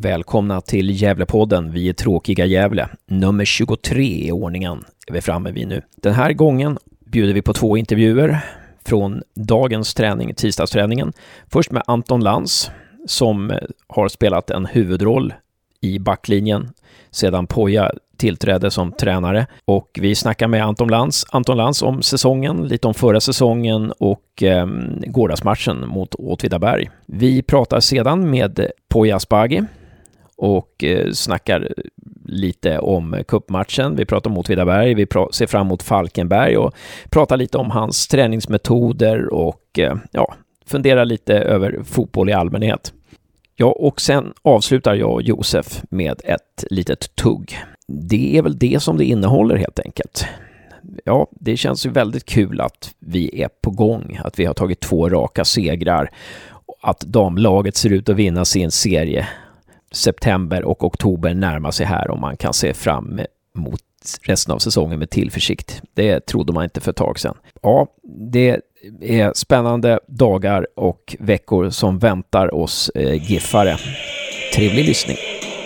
Välkomna till Gävlepodden. Vi är tråkiga Gävle. Nummer 23 i ordningen är vi framme vid nu. Den här gången bjuder vi på 2 intervjuer från dagens träning, tisdagsträningen. Först med Anton Lantz som har spelat en huvudroll i backlinjen sedan Poja tillträdde som tränare. Och vi snackar med Anton Lantz om säsongen, lite om förra säsongen och gårdagsmatchen mot Åtvidaberg. Vi pratar sedan med Poya Asbaghi och snackar lite om cupmatchen. Vi pratar om Åtvidaberg, vi ser fram emot Falkenberg och pratar lite om hans träningsmetoder och funderar lite över fotboll i allmänhet. Ja, och sen avslutar jag och Josef med ett litet tugg. Det är väl det som det innehåller helt enkelt. Ja, det känns ju väldigt kul att vi är på gång, att vi har tagit 2 raka segrar, att damlaget ser ut att vinna sin serie. September och oktober närmar sig här och man kan se fram emot resten av säsongen med tillförsikt. Det trodde man inte för ett tag sedan. Ja, det är spännande dagar och veckor som väntar oss giffare. Trevlig lyssning.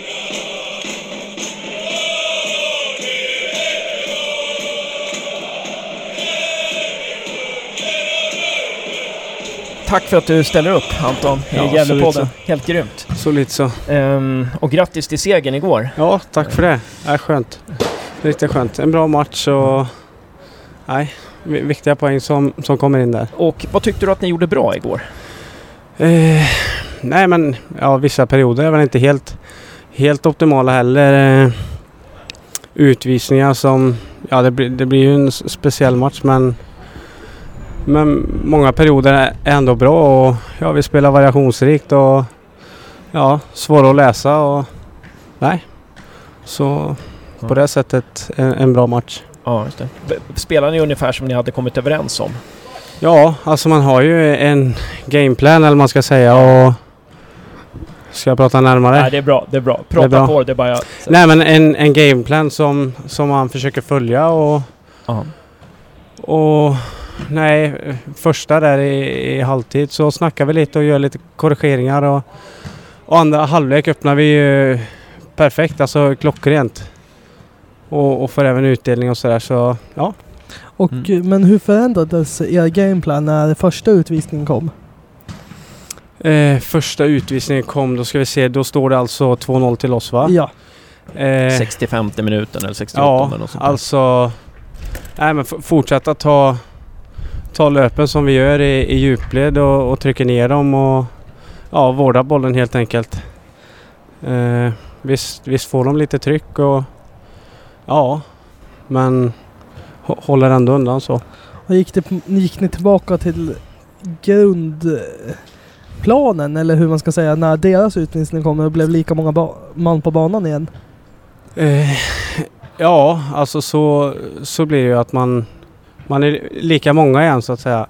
Tack för att du ställer upp, Anton, i Gävlepodden. Helt grymt. Så lite så. Och grattis till segern igår. Ja, tack för det. Det är skönt. Riktigt skönt. En bra match och viktiga poäng som kommer in där. Och vad tyckte du att ni gjorde bra igår? Vissa perioder är väl inte helt optimala heller. Utvisningar som, det blir ju en speciell match men många perioder är ändå bra och vi spelar variationsrikt och svåra att läsa och så på det sättet en bra match. Ja, just det. Spelar ni ungefär som ni hade kommit överens om? Ja, alltså man har ju en gameplan eller man ska säga och ska jag prata närmare? Nej, det är bra. Prata på det bara. Nej, men en gameplan som man försöker följa och första där i halvtid så snackar vi lite och gör lite korrigeringar och andra halvlek öppnar vi ju perfekt, alltså klockrent och får även utdelning och sådär så ja. Och men hur förändrades er gameplan när första utvisningen kom? Första utvisningen kom, då ska vi se, då står det alltså 2-0 till oss, va? Ja. 65 minuten eller 68 eller något sånt. Alltså fortsätta ta löpen som vi gör i djupled och trycker ner dem och vårda bollen helt enkelt. Visst får de lite tryck och men håller ändå undan så. Och gick ni tillbaka till grundplanen eller hur man ska säga när deras utvisning kom och blev lika många man på banan igen? Alltså så blir det ju att man är lika många igen så att säga.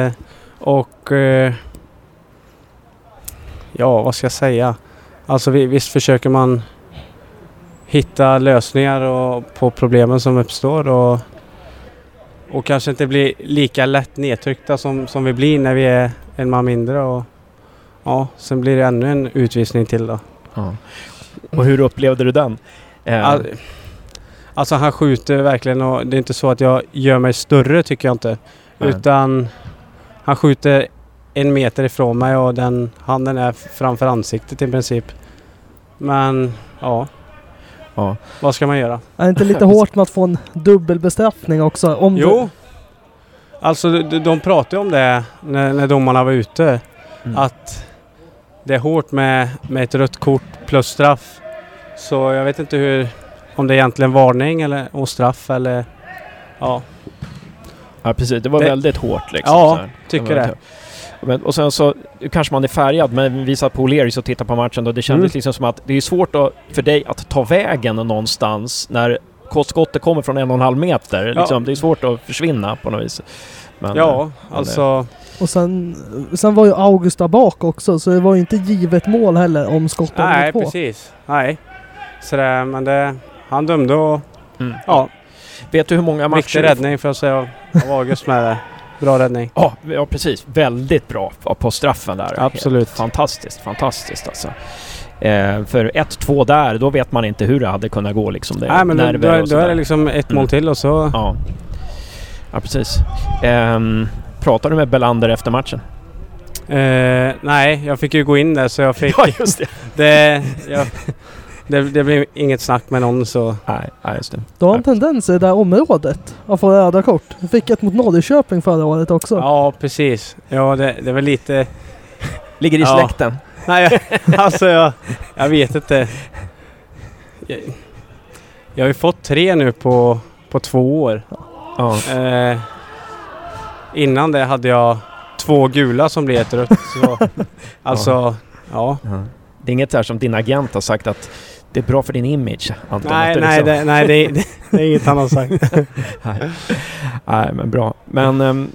Vad ska jag säga? Alltså visst försöker man hitta lösningar på problemen som uppstår och kanske inte blir lika lätt nedtryckta som vi blir när vi är en man mindre och sen blir det ännu en utvisning till då. Ja. Och hur upplevde du den? Alltså han skjuter verkligen och det är inte så att jag gör mig större tycker jag inte. Utan han skjuter 1 meter ifrån mig och den handen är framför ansiktet i princip. Men vad ska man göra? Är det inte lite hårt med att få en dubbelbestraffning också? Jo, alltså de pratade om det när domarna var ute. Att det är hårt med ett rött kort plus straff. Så jag vet inte om det är egentligen varning och straff eller Ja, precis. Det var väldigt hårt liksom. Ja, så här. tycker det. Och sen så kanske man är färgad, men vi satt på O'Learys och tittade på matchen och det kändes liksom som att det är svårt för dig att ta vägen någonstans när skottet kommer från 1,5 meter. Liksom, det är svårt att försvinna på något vis. Men, alltså... Och sen var ju Augusta bak också, så det var ju inte givet mål heller om skottet var på. Nej, precis. Nej. Så det, men han dömde och Vet du hur många matcher... Viktig räddning för att säga av August med det. Bra räddning. Ja, precis. Väldigt bra på straffen där. Absolut. Fantastiskt alltså. För 1-2 där, då vet man inte hur det hade kunnat gå liksom. Det, nej, men då är det liksom ett mål till och så... Ja, precis. Pratar du med Belander efter matchen? Nej, jag fick ju gå in där så jag fick... Ja, just det. Det blev inget snack med någon så... Nej, just det. Du har en tendens i det där området att få röda kort. Du fick ett mot Norrköping förra året också. Ja, precis. Ja, det är väl lite... Ligger i släkten? Nej, alltså jag vet inte. Jag har ju fått 3 nu på 2 år. Ja. Innan det hade jag 2 gula som blev ett rött. Så, alltså, ja. Det är inget där som din agent har sagt att det är bra för din image, Anton? Nej, det är inget han har sagt. Nej, men bra. Men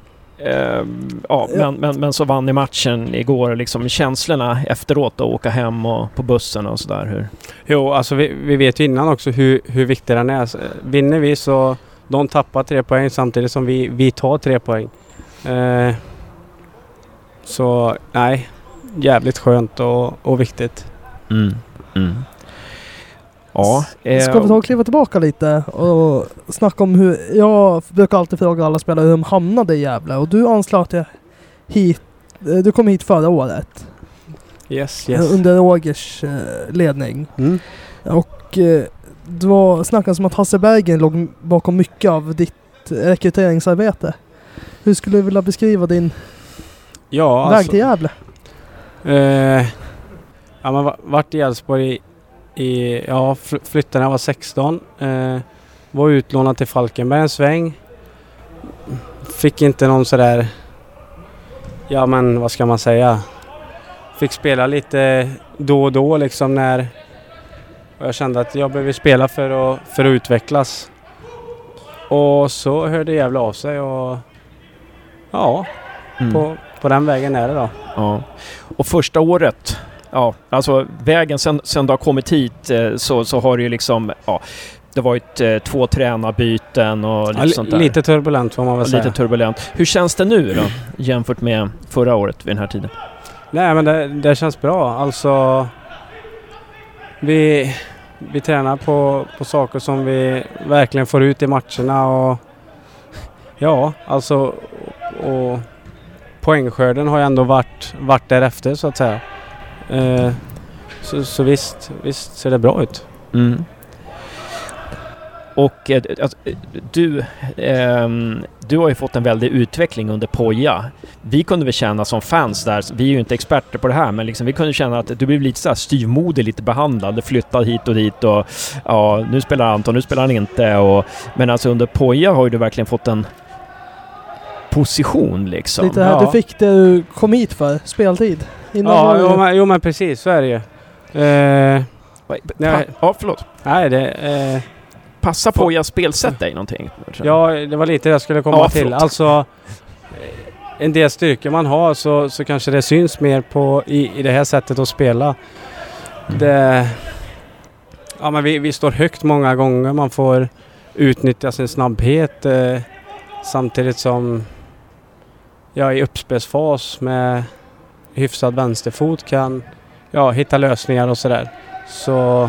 men så vann ni matchen igår. Liksom känslorna efteråt att åka hem och på bussen och sådär. Hur? Jo, alltså vi vet ju innan också hur viktig den är. Vinner vi så de tappar 3 poäng samtidigt som vi tar 3 poäng. Så nej, jävligt skönt och viktigt. Ja, ska vi ta och kliva tillbaka lite och snacka om hur... Jag brukar alltid fråga alla spelare hur de hamnade i Gävle. Och du anslöt hit... Du kom hit förra året. Yes. Under Rogers ledning. Och det var snackat som att Hasse Bergen låg bakom mycket av ditt rekryteringsarbete. Hur skulle du vilja beskriva din väg till Gävle? Man vart i Älvsborg flyttade när jag var 16. Var utlånad till Falkenberg en sväng. Fick inte någon sådär... Ja, men vad ska man säga? Fick spela lite då och då liksom när... Och jag kände att jag behöver spela för att utvecklas. Och så hörde Gävle av sig och... Ja, på den vägen är det då. Ja. Och första året... Ja, alltså vägen sen du har kommit hit så har det ju liksom, det var ju 2 tränarbyten och lite sånt där. Lite turbulent får man väl säga. Lite turbulent. Hur känns det nu då jämfört med förra året vid den här tiden? Nej, men det känns bra. Alltså vi tränar på saker som vi verkligen får ut i matcherna och och poängskörden har ju ändå varit därefter så att säga. Så visst ser det bra ut. Och du har ju fått en väldig utveckling under Poja. Vi kunde väl känna som fans där, vi är ju inte experter på det här, men liksom, vi kunde känna att du blev lite så här styvmodig, lite behandlad, flyttad hit och dit och nu spelar Anton, nu spelar han inte men alltså under Poja har ju du verkligen fått en position liksom. Lite här, du fick det du kom hit för, speltid. Jo men precis, så är det ju. Förlåt. Nej, det... Passa på att spelsätt dig någonting. Ja, det var lite jag skulle komma till. Alltså, en del styrkor man har så kanske det syns mer i det här sättet att spela. Men vi står högt många gånger. Man får utnyttja sin snabbhet samtidigt som i uppspelsfas med hyfsad vänsterfot kan hitta lösningar och sådär. Så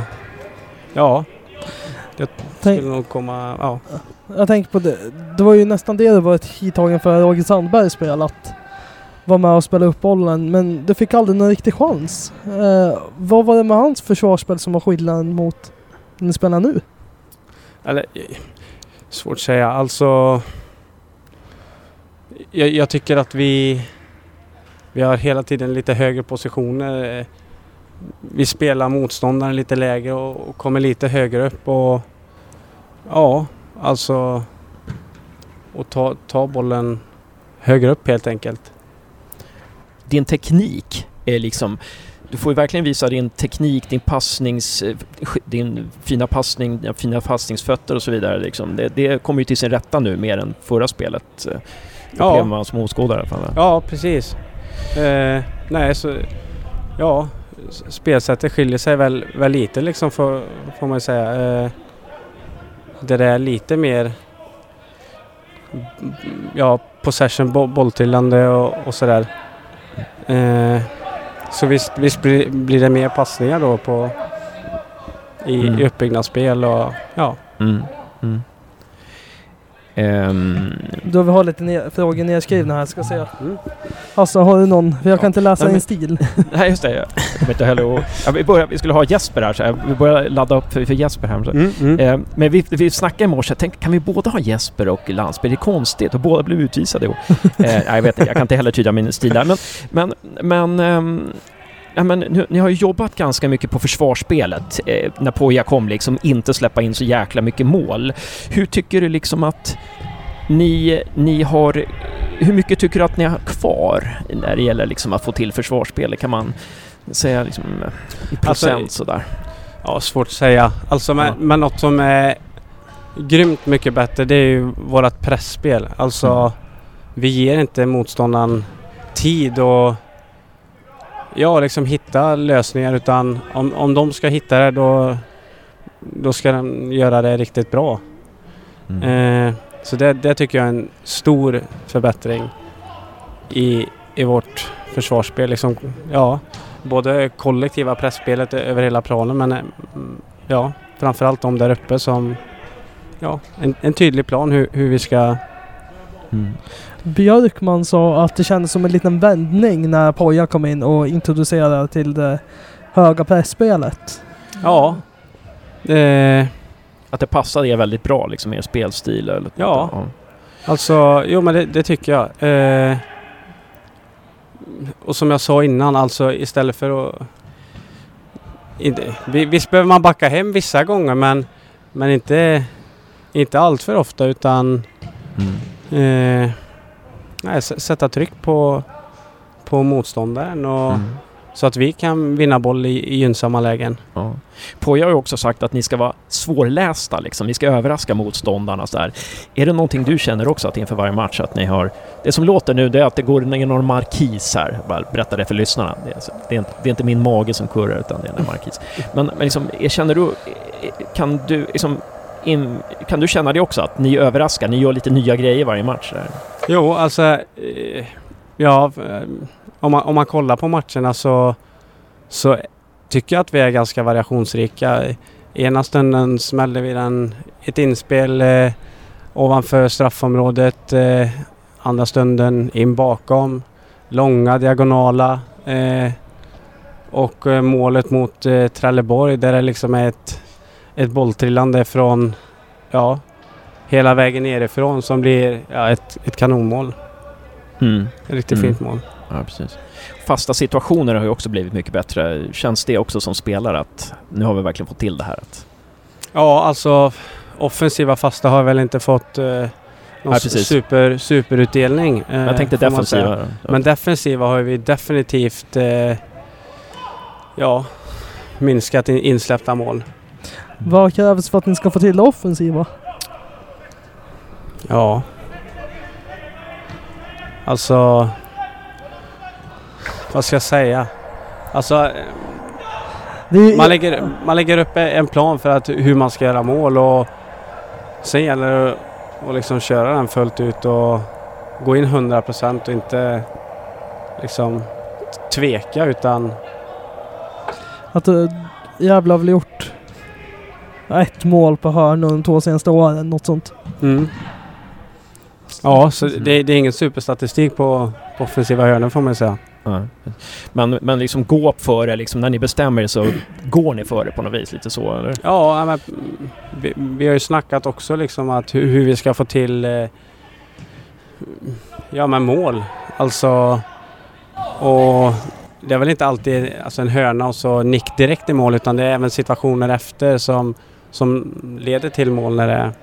jag skulle nog komma... Jag tänker på det. Det var ju nästan det var ett hittagen för Roger Sandbergs spel att vara med och spela upp bollen. Men du fick aldrig någon riktig chans. Vad var det med hans försvarsspel som var skillnaden mot den ni spelar nu? Svårt att säga. Alltså... Jag tycker att vi har hela tiden lite högre positioner. Vi spelar motståndaren lite lägre och kommer lite högre upp och ta bollen högre upp helt enkelt. Din teknik är liksom, du får ju verkligen visa din teknik, din fina passning, dina fina passningsfötter och så vidare liksom. Det kommer ju till sin rätta nu mer än förra spelet. Upplever man som åskådare. Ja, precis. Spelsättet skiljer sig väl lite liksom får man säga. Det är lite mer possession, bolltrillande och sådär. Så visst blir det mer passningar då på i uppbyggnadsspel och ja. Då vi har lite frågor nedskrivna här, ska se. Alltså, har du någon? Jag kan inte läsa din stil. Nej, just det. Jag kommer inte heller vi skulle ha Jesper här, så vi börjar ladda upp för Jesper här. Men vi snackade i morse, kan vi båda ha Jesper och Landsberg? Det är konstigt, och båda blev utvisade. Jag vet inte, jag kan inte heller tyda min stil där. Men ni har ju jobbat ganska mycket på försvarsspelet när Poja kom, liksom inte släppa in så jäkla mycket mål. Hur tycker du liksom att ni har, hur mycket tycker du att ni har kvar när det gäller liksom att få till försvarsspelet? Kan man säga liksom i procent alltså, sådär? Ja, svårt att säga. Alltså men något som är grymt mycket bättre, det är ju vårat pressspel. Alltså vi ger inte motståndaren tid och liksom hitta lösningar, utan om de ska hitta det då ska de göra det riktigt bra. Så det tycker jag är en stor förbättring i vårt försvarsspel. Liksom, både kollektiva pressspelet över hela planen, men framförallt de där uppe som en tydlig plan hur vi ska... Björkman sa att det kändes som en liten vändning när Poja kom in och introducerade till det höga pressspelet. Ja. Att det passade er väldigt bra, liksom er spelstil eller alltså, men det tycker jag. Och som jag sa innan, alltså istället för att... Visst behöver man backa hem vissa gånger, men inte allt för ofta, utan sätta tryck på motståndaren och så att vi kan vinna boll i gynnsamma lägen. Ja. Poja har ju också sagt att ni ska vara svårlästa, liksom. Ni ska överraska motståndarna så där. Är det någonting du känner också att inför varje match att ni har... Det som låter nu, det är att det går en enorm markis här. Bara berätta det för lyssnarna. Det är inte min mage som kurrar, utan det är en markis. Men liksom, känner du... Kan du känna det också, att ni överraskar? Ni gör lite nya grejer varje match där? Jo, alltså... Om man kollar på matcherna så tycker jag att vi är ganska variationsrika. Ena stunden smäller vi ett inspel ovanför straffområdet. Andra stunden in bakom. Långa diagonala. Och målet mot Trelleborg, där det liksom är ett bolltrillande från hela vägen nerifrån som blir ett kanonmål. Ett riktigt fint mål. Ja, precis. Fasta situationer har ju också blivit mycket bättre. Känns det också som spelare att nu har vi verkligen fått till det här? Ja, alltså offensiva fasta har väl inte fått någon superutdelning. Jag tänkte defensiva. Men defensiva har vi definitivt minskat insläppta mål. Vad krävs för att ni ska få till offensiva? Ja. Alltså, vad ska jag säga? Alltså, man lägger upp en plan för hur man ska göra mål, och sen gäller det att liksom köra den fullt ut och gå in 100% och inte liksom tveka, utan... Att Gävle har väl gjort 1 mål på hörn de 2 senaste åren, något sånt. Ja, så det är ingen superstatistik på offensiva hörnen, får man säga. Ja. Men liksom gå för det, liksom, när ni bestämmer er så går ni för det på något vis, lite så, eller? Ja, men vi har ju snackat också liksom att hur vi ska få till mål. Alltså, och det är väl inte alltid en hörna och så nick direkt i mål, utan det är även situationer efter som leder till mål när det är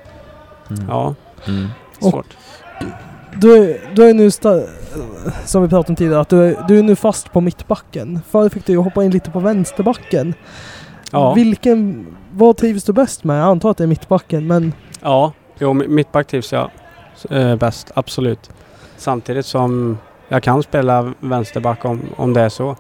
svårt. Du är nu som vi pratade om tidigare, att du är nu fast på mittbacken. Förr fick du ju hoppa in lite på vänsterbacken. Ja. Vad trivs du bäst med? Jag antar att det är mittbacken, men... Ja, mittback trivs jag bäst, absolut. Samtidigt som jag kan spela vänsterback om det är så.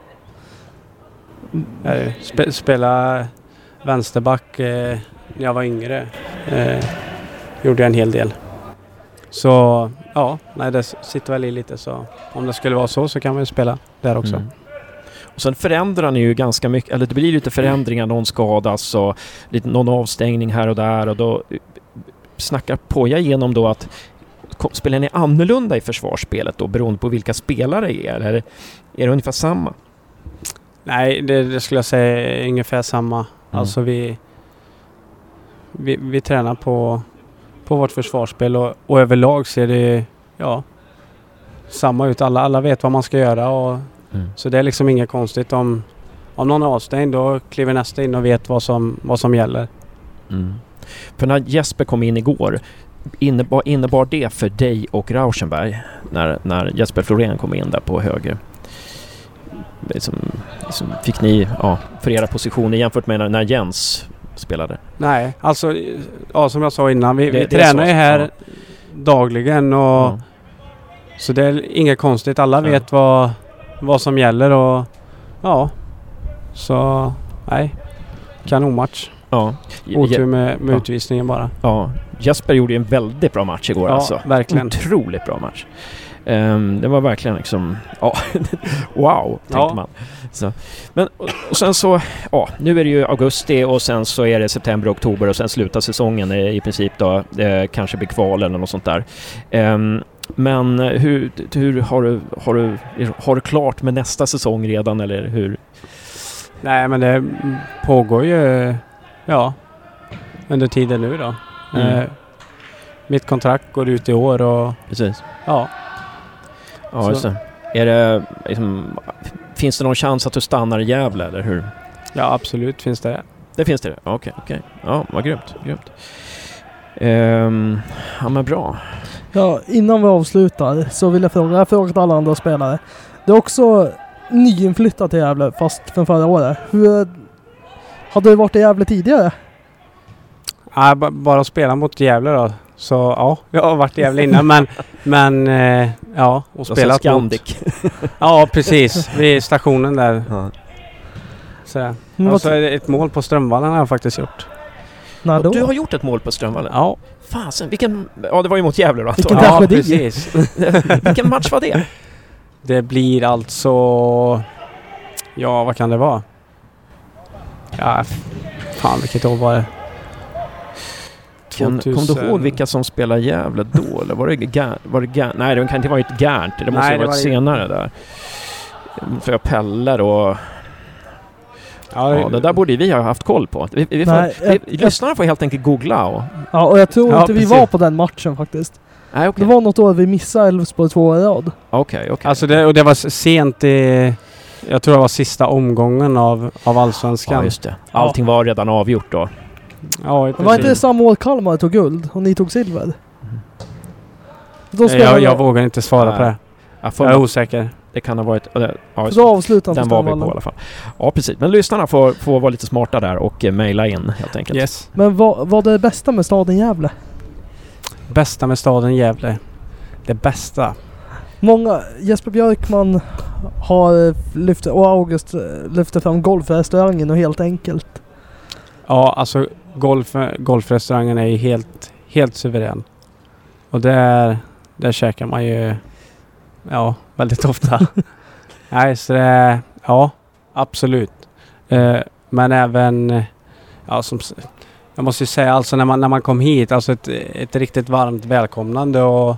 Spela vänsterback när jag var yngre. Gjorde jag en hel del. Så det sitter väl i lite, så om det skulle vara så kan man spela där också. Och sen förändrar ni ju ganska mycket, eller det blir lite förändringar, någon skadas och någon avstängning här och där, och då snackar på jag igenom då att spelar ni annorlunda i försvarsspelet då, beroende på vilka spelare det är, eller är det ungefär samma? Nej, det skulle jag säga är ungefär samma. Alltså vi tränar på vårt försvarsspel och överlag ser det samma ut. Alla vet vad man ska göra och så det är liksom inget konstigt. Om någon är avstängd, då kliver nästa in och vet vad som gäller. För när Jesper kom in igår, innebar det för dig och Rauschenberg när Jesper Florén kom in där på höger? Fick ni för era positioner jämfört med när Jens spelade? Nej, alltså som jag sa innan, vi tränar ju här dagligen och så det är inget konstigt. Alla vet vad som gäller och så nej, kanonmatch. Ja. Otur med utvisningen bara. Ja, Jesper gjorde en väldigt bra match igår alltså. Verkligen. Otroligt bra match. Det var verkligen liksom wow, tänkte man. Så. Men och sen så nu är det ju augusti och sen så är det september och oktober och sen slutar säsongen i princip då, kanske blir kval eller något sånt där. Men hur har du klart med nästa säsong redan, eller hur? Nej, men det pågår ju under tiden nu då. Mitt kontrakt går ut i år och precis. Ja, just det. Är det finns det någon chans att du stannar i Gävle, eller hur? Ja, absolut finns det. Det finns det? Okej. Ja, vad grymt. Ja, men bra. Ja, innan vi avslutar så vill jag fråga alla andra spelare. Det är också nyinflyttat till Gävle, fast från förra året. Hur hade du varit i Gävle tidigare? Bara spela mot Gävle då. Så jag har varit i Gävle innan men och spelat Scandic. Ja, precis. Vid stationen där. Så. Och så är det ett mål på Strömvallen har jag faktiskt gjort. När då? Du har gjort ett mål på Strömvallen? Ja. Fasen, det var ju mot Gävle då. Vilken precis. Vilken match var det? Det blir alltså vad kan det vara? Ja, fan vilket år var det? Kom du ihåg vilka som spelar Gävle då? Eller var det Gärnt? Nej, det kan inte ha varit Gärnt. Det måste ha varit senare där. För jag Peller och... Ja, det där borde vi ha haft koll på. Lyssnarna får helt enkelt googla. Och jag tror inte vi var på den matchen faktiskt. Nej, okay. Det var något år vi missade Elfsborg 2 år i rad. Okej. Alltså det var sent i... Jag tror det var sista omgången av Allsvenskan. Ja, just det. Allting var redan avgjort då. Ja, det var inte det samma år Kalmar tog guld och ni tog silver? Jag vågar inte svara på det. Jag är osäker. Det kan ha varit... då avslutar den var vi på i alla fall. Ja, precis. Men lyssnarna får vara lite smarta där och mejla in helt enkelt. Yes. Men vad är det bästa med staden Gävle? Bästa med staden Gävle? Det bästa? Jesper Björkman har och August lyfter fram golfrestaurangen och helt enkelt. Ja, alltså golfrestaurangen är ju helt suverän. Och där käkar man ju väldigt ofta. Nej, så det, absolut. Men även jag måste ju säga alltså när man kom hit, alltså ett riktigt varmt välkomnande och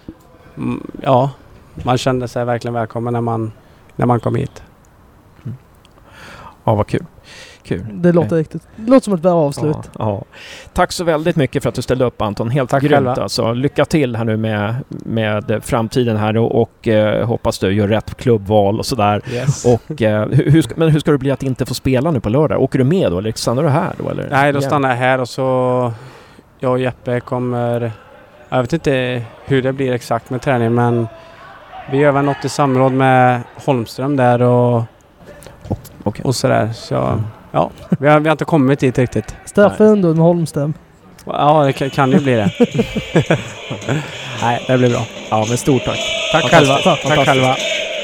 man kände sig verkligen välkommen när man kom hit. Ja, vad kul. Det låter riktigt. Det låter som ett bra avslut. Ja. Tack så väldigt mycket för att du ställde upp, Anton. Helt tack grymt själva. alltså. Lycka till här nu med framtiden här och hoppas du gör rätt klubbval och sådär. Yes. Och hur ska det bli att inte få spela nu på lördag? Åker du med då eller stannar du här då? Eller? Nej, då stannar jag här och så jag och Jeppe kommer... Jag vet inte hur det blir exakt med träning, men vi gör väl något i samråd med Holmström där och sådär. Så vi har inte kommit dit riktigt. Straffrundor med Holmström. Ja, det kan ju bli det. Nej, det blir bra. Ja, men stort tack. Tack själva. Tack själva.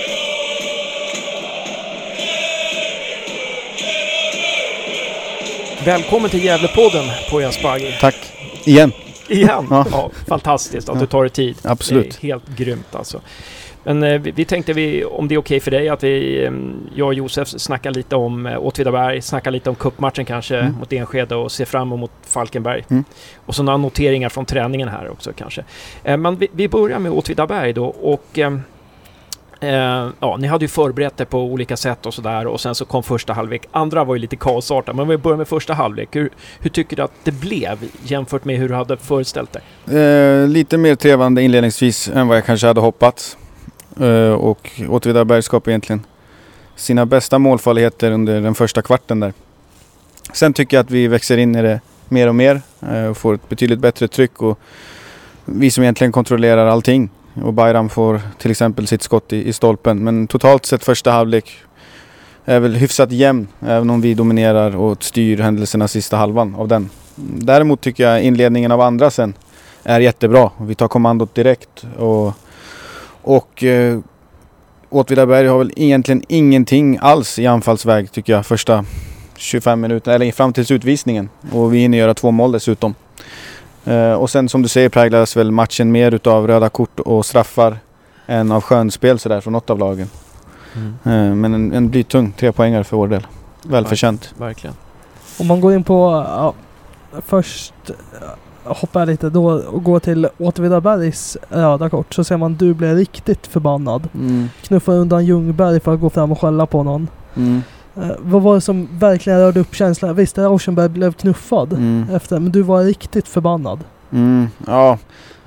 Välkommen till Gävlepodden på Jaspagi. Tack. Igen. Ja, fantastiskt att du tar dig tid. Absolut. Det är helt grymt alltså. Men vi tänkte om det är okej för dig att jag och Josef snackar lite om Åtvidaberg, snackar lite om cupmatchen kanske mot Enskede och ser fram emot Falkenberg. Och så några noteringar från träningen här också kanske. Men vi börjar med Åtvidaberg då och ni hade ju förberett det på olika sätt och sådär och sen så kom första halvlek. Andra var ju lite kaosartat, men vi börjar med första halvlek. Hur tycker du att det blev jämfört med hur du hade föreställt dig? Lite mer trevande inledningsvis än vad jag kanske hade hoppats. Och Åtvidaberg skapade egentligen sina bästa målfarligheter under den första kvarten där. Sen tycker jag att vi växer in i det mer och mer och får ett betydligt bättre tryck och vi som egentligen kontrollerar allting. Och Bayram får till exempel sitt skott i stolpen. Men totalt sett första halvlek är väl hyfsat jämn. Även om vi dominerar och styr händelserna sista halvan av den. Däremot tycker jag inledningen av andra sen är jättebra. Vi tar kommandot direkt. Och Åtvidaberg har väl egentligen ingenting alls i anfallsväg tycker jag. Första 25 minuter eller fram till utvisningen. Och vi hinner göra 2 mål dessutom. Och sen som du säger präglades väl matchen mer utav röda kort och straffar än av skönspel sådär från något av lagen. Men en blytung 3 poängare för vår del. Välförtjänt. Verkligen. Om man går in på först hoppar jag lite då och går till Åtvidabergs röda kort så ser man du blir riktigt förbannad. Knuffar undan Ljungberg för att gå fram och skälla på någon. Vad var det som verkligen rörde upp känslan? Visst, Rauschenberg blev knuffad efter, men du var riktigt förbannad. Ja.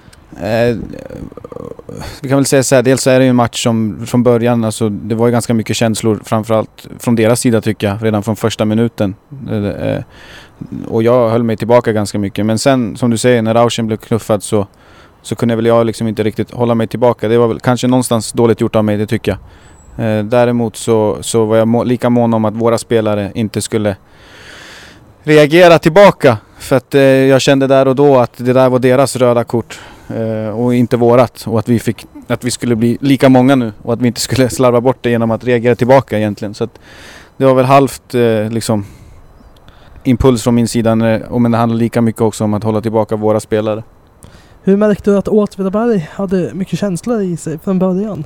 Vi kan väl säga så här, dels är det ju en match som från början, alltså det var ju ganska mycket känslor framförallt från deras sida tycker jag, redan från första minuten. Och jag höll mig tillbaka ganska mycket, men sen som du säger, när Rauschen blev knuffad så kunde väl jag liksom inte riktigt hålla mig tillbaka. Det var väl kanske någonstans dåligt gjort av mig, det tycker jag. Däremot så var jag lika mån om att våra spelare inte skulle reagera tillbaka. För att jag kände där och då att det där var deras röda kort och inte vårat. Och att vi skulle bli lika många nu och att vi inte skulle slarva bort det genom att reagera tillbaka egentligen. Så att det var väl halvt liksom impuls från min sida, men det handlar lika mycket också om att hålla tillbaka våra spelare. Hur märkte du att Åtvidaberg hade mycket känslor i sig från början?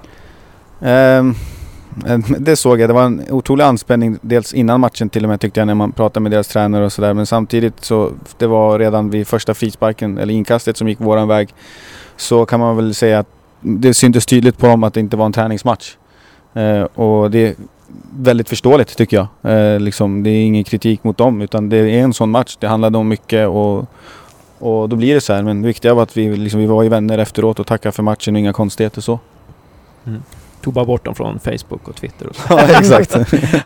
Det såg jag. Det var en otrolig anspänning dels innan matchen till och med tyckte jag när man pratade med deras tränare och sådär. Men samtidigt så det var redan vid första frisparken eller inkastet som gick våran väg så kan man väl säga att det syntes tydligt på dem att det inte var en träningsmatch. Och det är väldigt förståeligt tycker jag. Liksom, det är ingen kritik mot dem utan det är en sån match. Det handlade om mycket och då blir det så här. Men det viktiga var att vi var i vänner efteråt och tackade för matchen och inga konstigheter så. Tog bara bort dem från Facebook och Twitter och så. Ja, exakt.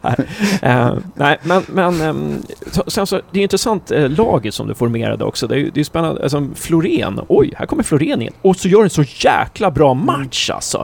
Nej, men sen så, det är intressant laget som du formerade också. Det är spännande. Alltså, Florén, här kommer Florén in. Och så gör en så jäkla bra match alltså.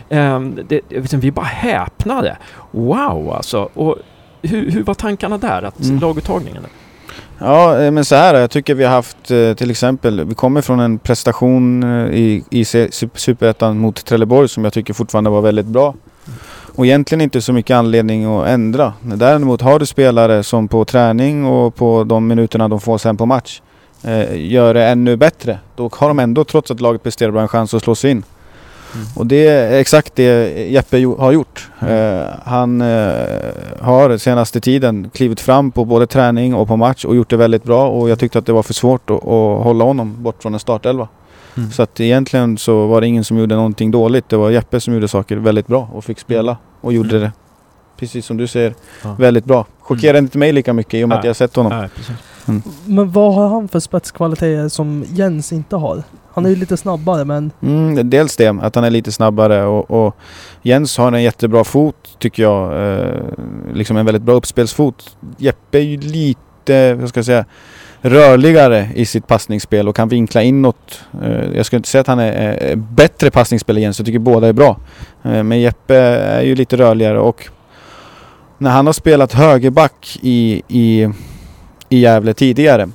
Vi bara häpnade. Wow alltså. Och hur var tankarna där? Laguttagningen? Ja, men så här, jag tycker vi har haft till exempel, vi kommer från en prestation i Superettan mot Trelleborg som jag tycker fortfarande var väldigt bra. Och egentligen inte så mycket anledning att ändra. Däremot har du spelare som på träning och på de minuterna de får sen på match gör det ännu bättre. Då har de ändå, trots att laget presterar bra, en chans att slå sig in. Och det är exakt det Jeppe har gjort. Han har senaste tiden klivit fram på både träning och på match och gjort det väldigt bra. Och jag tyckte att det var för svårt att hålla honom bort från en startelva. Så att egentligen så var det ingen som gjorde någonting dåligt. Det var Jeppe som gjorde saker väldigt bra och fick spela och gjorde det, precis som du säger, väldigt bra. Chockerade inte mig lika mycket i och med att jag sett honom. Men vad har han för spetskvaliteter som Jens inte har? Han är ju lite snabbare men... Dels det, att han är lite snabbare och Jens har en jättebra fot tycker jag. Liksom en väldigt bra uppspelsfot. Jeppe är ju lite, vad ska jag säga, rörligare i sitt passningsspel och kan vinkla inåt. Jag skulle inte säga att han är bättre passningsspelare än Jens, jag tycker båda är bra. Men Jeppe är ju lite rörligare och när han har spelat högerback i Gävle tidigare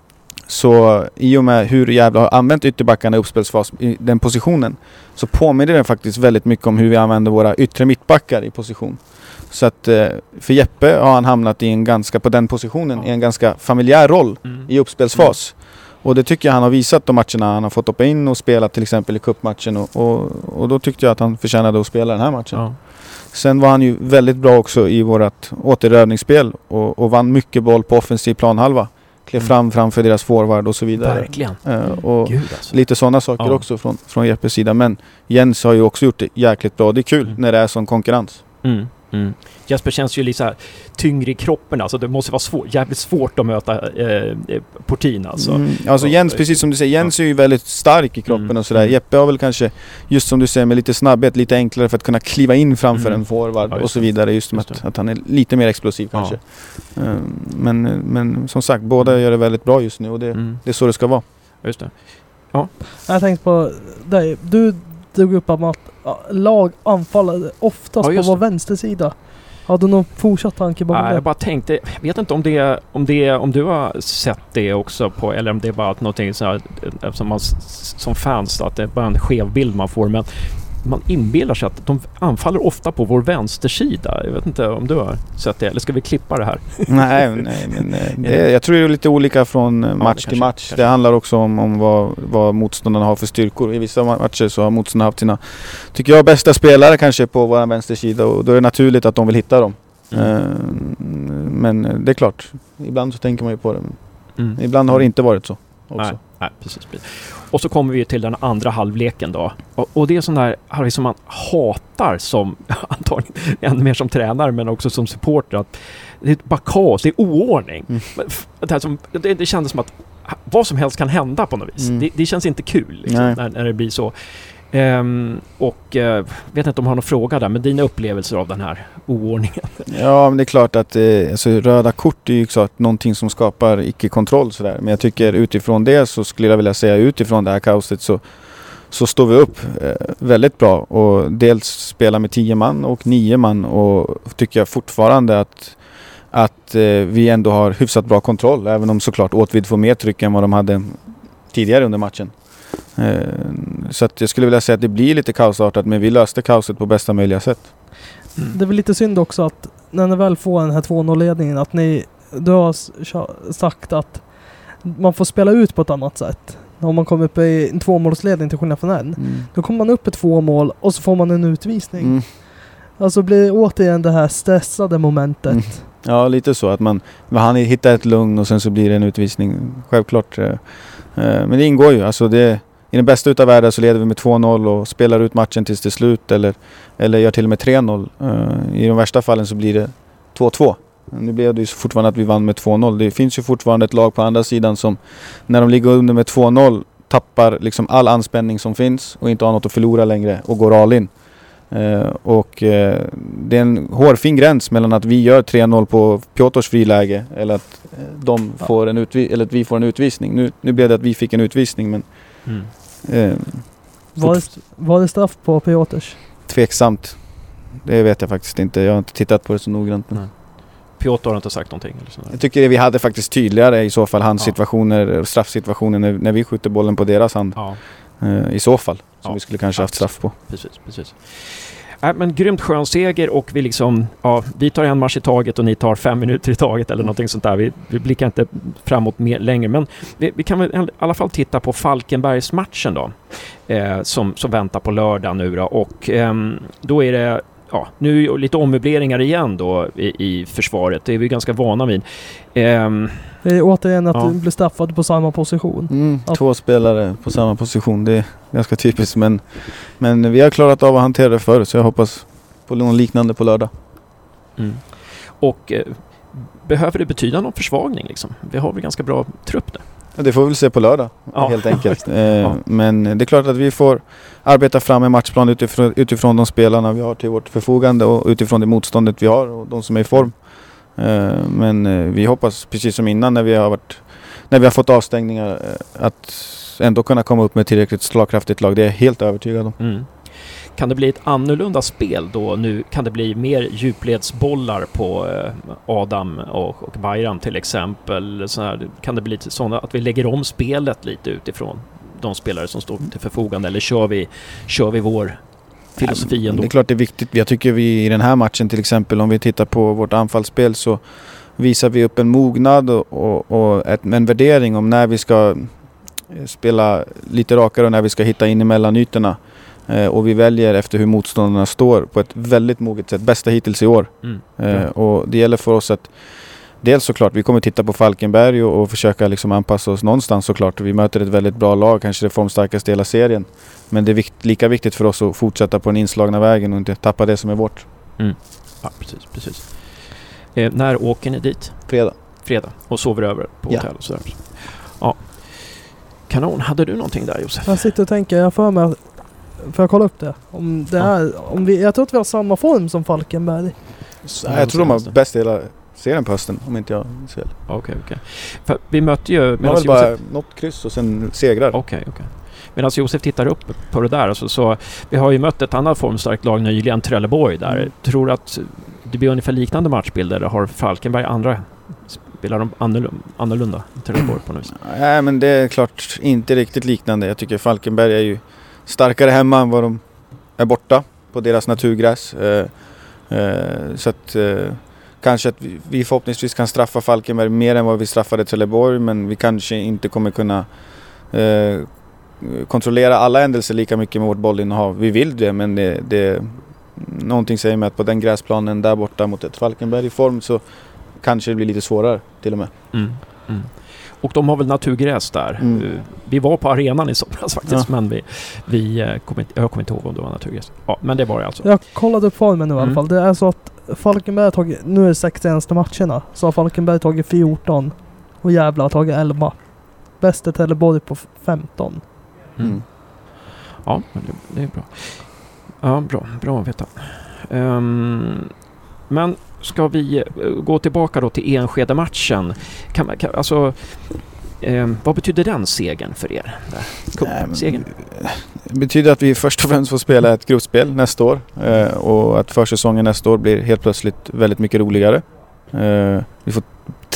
så i och med hur Gävle har använt ytterbackarna i uppspelsfas i den positionen så påminner det faktiskt väldigt mycket om hur vi använder våra yttre mittbackar i position. Så att för Jeppe har han hamnat i på den positionen i en ganska familjär roll i uppspelsfas. Och det tycker jag han har visat de matcherna han har fått hoppa in och spela till exempel i cupmatchen. Och då tyckte jag att han förtjänade att spela den här matchen. Ja. Sen var han ju väldigt bra också i vårt återrörningsspel och vann mycket boll på offensiv planhalva. Klev framför deras forward och så vidare. Verkligen. Och Gud, alltså. lite sådana saker också från Jeppes sida. Men Jens har ju också gjort det jäkligt bra. Det är kul när det är sån konkurrens. Jesper känns ju lite så här tyngre i kroppen, alltså det måste vara jävligt svårt att möta Portin alltså. Alltså Jens, precis som du säger, Jens är ju väldigt stark i kroppen och sådär. Jeppe har väl kanske, just som du säger, med lite snabbhet, lite enklare för att kunna kliva in framför en forward och så vidare, just att han är lite mer explosiv kanske. Men som sagt, båda gör det väldigt bra just nu och det är så det ska vara. Just det. Jag tänkte på dig, du drog upp att lag anfaller oftast på vår vänstersida. Har du någon fortsatt tanke bakom det? Jag bara tänkte, jag vet inte om du har sett det också på, eller om det är bara någonting så här, som man som fans, att det är bara en skev bild man får, men man inbillar sig att de anfaller ofta på vår vänstersida. Jag vet inte om du har sett det, eller ska vi klippa det här? Nej, men jag tror det är lite olika från match till match. Det handlar också om vad motståndarna har för styrkor. I vissa matcher så har motståndarna haft sina, tycker jag, bästa spelare kanske på vår vänstersida, och då är det naturligt att de vill hitta dem. Men det är klart, ibland så tänker man ju på det. Ibland har det inte varit så också. Nej, precis. Och så kommer vi till den andra halvleken då. Och det är sån där halvlek som man hatar som, antagligen ännu mer som tränare men också som supporter, att det är bara kaos, det är oordning. Det kändes som att vad som helst kan hända på något vis. Det känns inte kul liksom, när det blir så. Vet inte om jag har någon fråga där, men dina upplevelser av den här oordningen? Ja, men det är klart att alltså, röda kort är ju klart någonting som skapar icke-kontroll sådär. Men jag tycker utifrån det, så skulle jag vilja säga, utifrån det här kaoset så står vi upp väldigt bra, och dels spelar med 10 man och 9 man, och tycker jag fortfarande att vi ändå har hyfsat bra kontroll, även om såklart Åtvid får mer tryck än vad de hade tidigare under matchen. Så att jag skulle vilja säga att det blir lite kaosartat, men vi löste kaoset på bästa möjliga sätt. Det är väl lite synd också att när ni väl får den här 2-0-ledningen, att du har sagt att man får spela ut på ett annat sätt. Om man kommer upp i en 2-målsledning till skillnad från en, då kommer man upp i 2 mål och så får man en utvisning. Alltså blir det återigen det här stressade momentet. Ja, lite så att man hittar ett lugn och sen så blir det en utvisning. Självklart. Men det ingår ju. Alltså i den bästa utav världen så leder vi med 2-0 och spelar ut matchen tills det slut, eller gör till och med 3-0. I de värsta fallen så blir det 2-2. Nu blev det ju fortfarande att vi vann med 2-0. Det finns ju fortfarande ett lag på andra sidan som, när de ligger under med 2-0, tappar liksom all anspänning som finns och inte har något att förlora längre och går all in. Det är en hårfin gräns mellan att vi gör 3-0 på Piotrs friläge eller att de får eller att vi får en utvisning. Nu blev det att vi fick en utvisning, men var det straff på Piotrs? Tveksamt. Det vet jag faktiskt inte. Jag har inte tittat på det så noggrant. Piotr har inte sagt någonting eller så. Jag tycker att vi hade faktiskt tydligare i så fall handsituationer, straffsituationer när vi skjuter bollen på deras hand. I så fall. Som vi skulle kanske haft straff på. Precis. Men grymt skön seger, och vi tar en match i taget och ni tar 5 minuter i taget eller någonting sånt där. Vi blickar inte framåt mer längre, men vi kan väl i alla fall titta på Falkenbergsmatchen då, som väntar på lördag nu då, och då är det nu lite ommöbleringar igen då i försvaret. Det är vi ganska vana vid. Det är återigen att du blir straffad på samma position. 2 spelare på samma position, det är ganska typiskt, men vi har klarat av att hantera det förr, så jag hoppas på någon liknande på lördag. Och behöver det betyda någon försvagning liksom? Vi har väl ganska bra trupp nu. Ja, det får vi väl se på lördag, helt enkelt. Men det är klart att vi får arbeta fram en matchplan utifrån de spelarna vi har till vårt förfogande och utifrån det motståndet vi har och de som är i form. Men vi hoppas, precis som innan när vi har fått avstängningar, att ändå kunna komma upp med tillräckligt slagkraftigt lag. Det är jag helt övertygad om. Kan det bli ett annorlunda spel då? Nu kan det bli mer djupledsbollar på Adam och Bayram till exempel. Så här, kan det bli lite sådana att vi lägger om spelet lite utifrån de spelare som står till förfogande, eller kör vi vår filosofi ändå? Det är klart det är viktigt. Jag tycker vi i den här matchen till exempel, om vi tittar på vårt anfallsspel, så visar vi upp en mognad och en värdering om när vi ska spela lite rakare när vi ska hitta in i mellanytorna. Och vi väljer efter hur motståndarna står på ett väldigt moget sätt. Bästa hittills i år. Och det gäller för oss att dels såklart, vi kommer titta på Falkenberg och försöka liksom anpassa oss någonstans såklart. Vi möter ett väldigt bra lag, kanske det formstarkaste i hela serien. Men det är lika viktigt för oss att fortsätta på den inslagna vägen och inte tappa det som är vårt. Ja, precis. När åker ni dit? Fredag. Och sover över på hotell och sådär. Ja. Kanon. Hade du någonting där, Josef? Jag sitter och tänker, jag får med. Får jag kolla upp det? Om det är, jag tror att vi har samma form som Falkenberg. Jag tror de har bäst i hela serien på hösten, om inte jag ser. Okej. För vi mötte ju... Det var bara något kryss och sen segrar. Okej. Medan Josef tittar upp på det där, alltså, så vi har ju mött ett annat formstarkt lag nyligen, Trelleborg där. Tror att det blir ungefär liknande matchbilder, eller har Falkenberg andra... Spelar de annorlunda Trelleborg på något vis? Nej, men det är klart inte riktigt liknande. Jag tycker Falkenberg är ju starkare hemma än vad de är borta på deras naturgräs. Så att kanske att vi förhoppningsvis kan straffa Falkenberg mer än vad vi straffade Trelleborg, men vi kanske inte kommer kunna kontrollera alla händelser lika mycket med vårt bollinnehav. Vi vill det, men det någonting säger mig att på den gräsplanen där borta mot ett Falkenberg i form så kanske det blir lite svårare till och med. Och de har väl naturgräs där. Vi var på arenan i somras faktiskt, men jag kommer inte ihåg om det var naturgräs. Ja, men det var det alltså. Jag kollade upp formen nu i alla fall. Det är så att Falkenberg har tagit, nu är det 61 matcherna, så har Falkenberg tagit 14 och Gävle har tagit 11. Bästa Trelleborg på 15. Ja, det är bra. Ja, bra att veta. Men ska vi gå tillbaka då till Enskede-matchen? Vad betyder den segern för er? Segern? Det betyder att vi först och främst får spela ett gruppspel nästa år. Och att försäsongen nästa år blir helt plötsligt väldigt mycket roligare. Vi får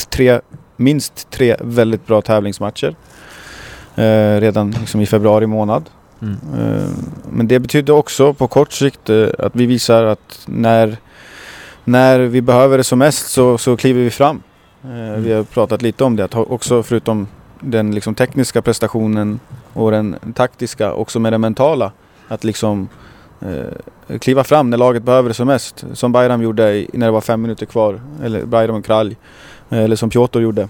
minst tre väldigt bra tävlingsmatcher. Redan liksom i februari månad. Men det betyder också på kort sikt att vi visar att när vi behöver det som mest så kliver vi fram. Vi har pratat lite om det, att också förutom den liksom tekniska prestationen och den taktiska, också med det mentala, att liksom kliva fram när laget behöver det som mest. Som Bayram gjorde när det var 5 minuter kvar, eller Bayram och Kralj, eller som Piotr gjorde.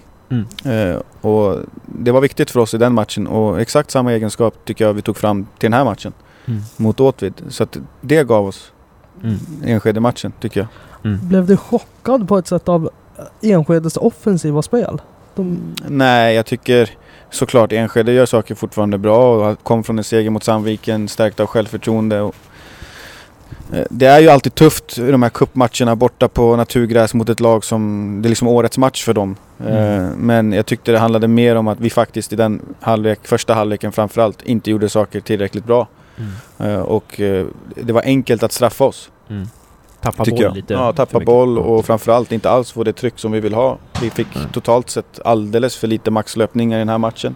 Och det var viktigt för oss i den matchen, och exakt samma egenskap tycker jag vi tog fram till den här matchen mot Åtvid. Så att det gav oss Enskede-matchen, tycker jag. Blev du chockad på ett sätt av Enskedes offensiva spel? Nej, jag tycker såklart Enskede gör saker fortfarande bra och kom från en seger mot Sandviken, stärkt av självförtroende. Det är ju alltid tufft i de här cupmatcherna borta på naturgräs mot ett lag som det är liksom årets match för dem. Men jag tyckte det handlade mer om att vi faktiskt i den första halvleken framförallt inte gjorde saker tillräckligt bra. Och det var enkelt att straffa oss. Tappa boll lite. Ja, tappa boll och framförallt inte alls få det tryck som vi vill ha. Vi fick totalt sett alldeles för lite maxlöpningar i den här matchen.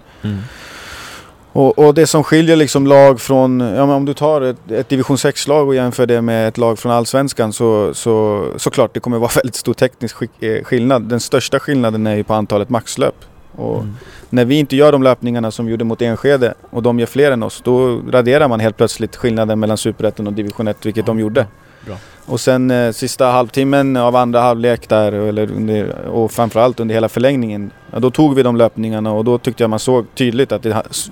Och det som skiljer liksom lag från, om du tar ett division 6-lag och jämför det med ett lag från Allsvenskan, så klart det kommer vara väldigt stor teknisk skillnad. Den största skillnaden är ju på antalet maxlöp. Och när vi inte gör de löpningarna som vi gjorde mot Enskede och de gör fler än oss, då raderar man helt plötsligt skillnaden mellan Superettan och division 1, vilket de gjorde. Bra. Och sen sista halvtimmen av andra halvlek där, och framförallt under hela förlängningen, då tog vi de löpningarna, och då tyckte jag man såg tydligt att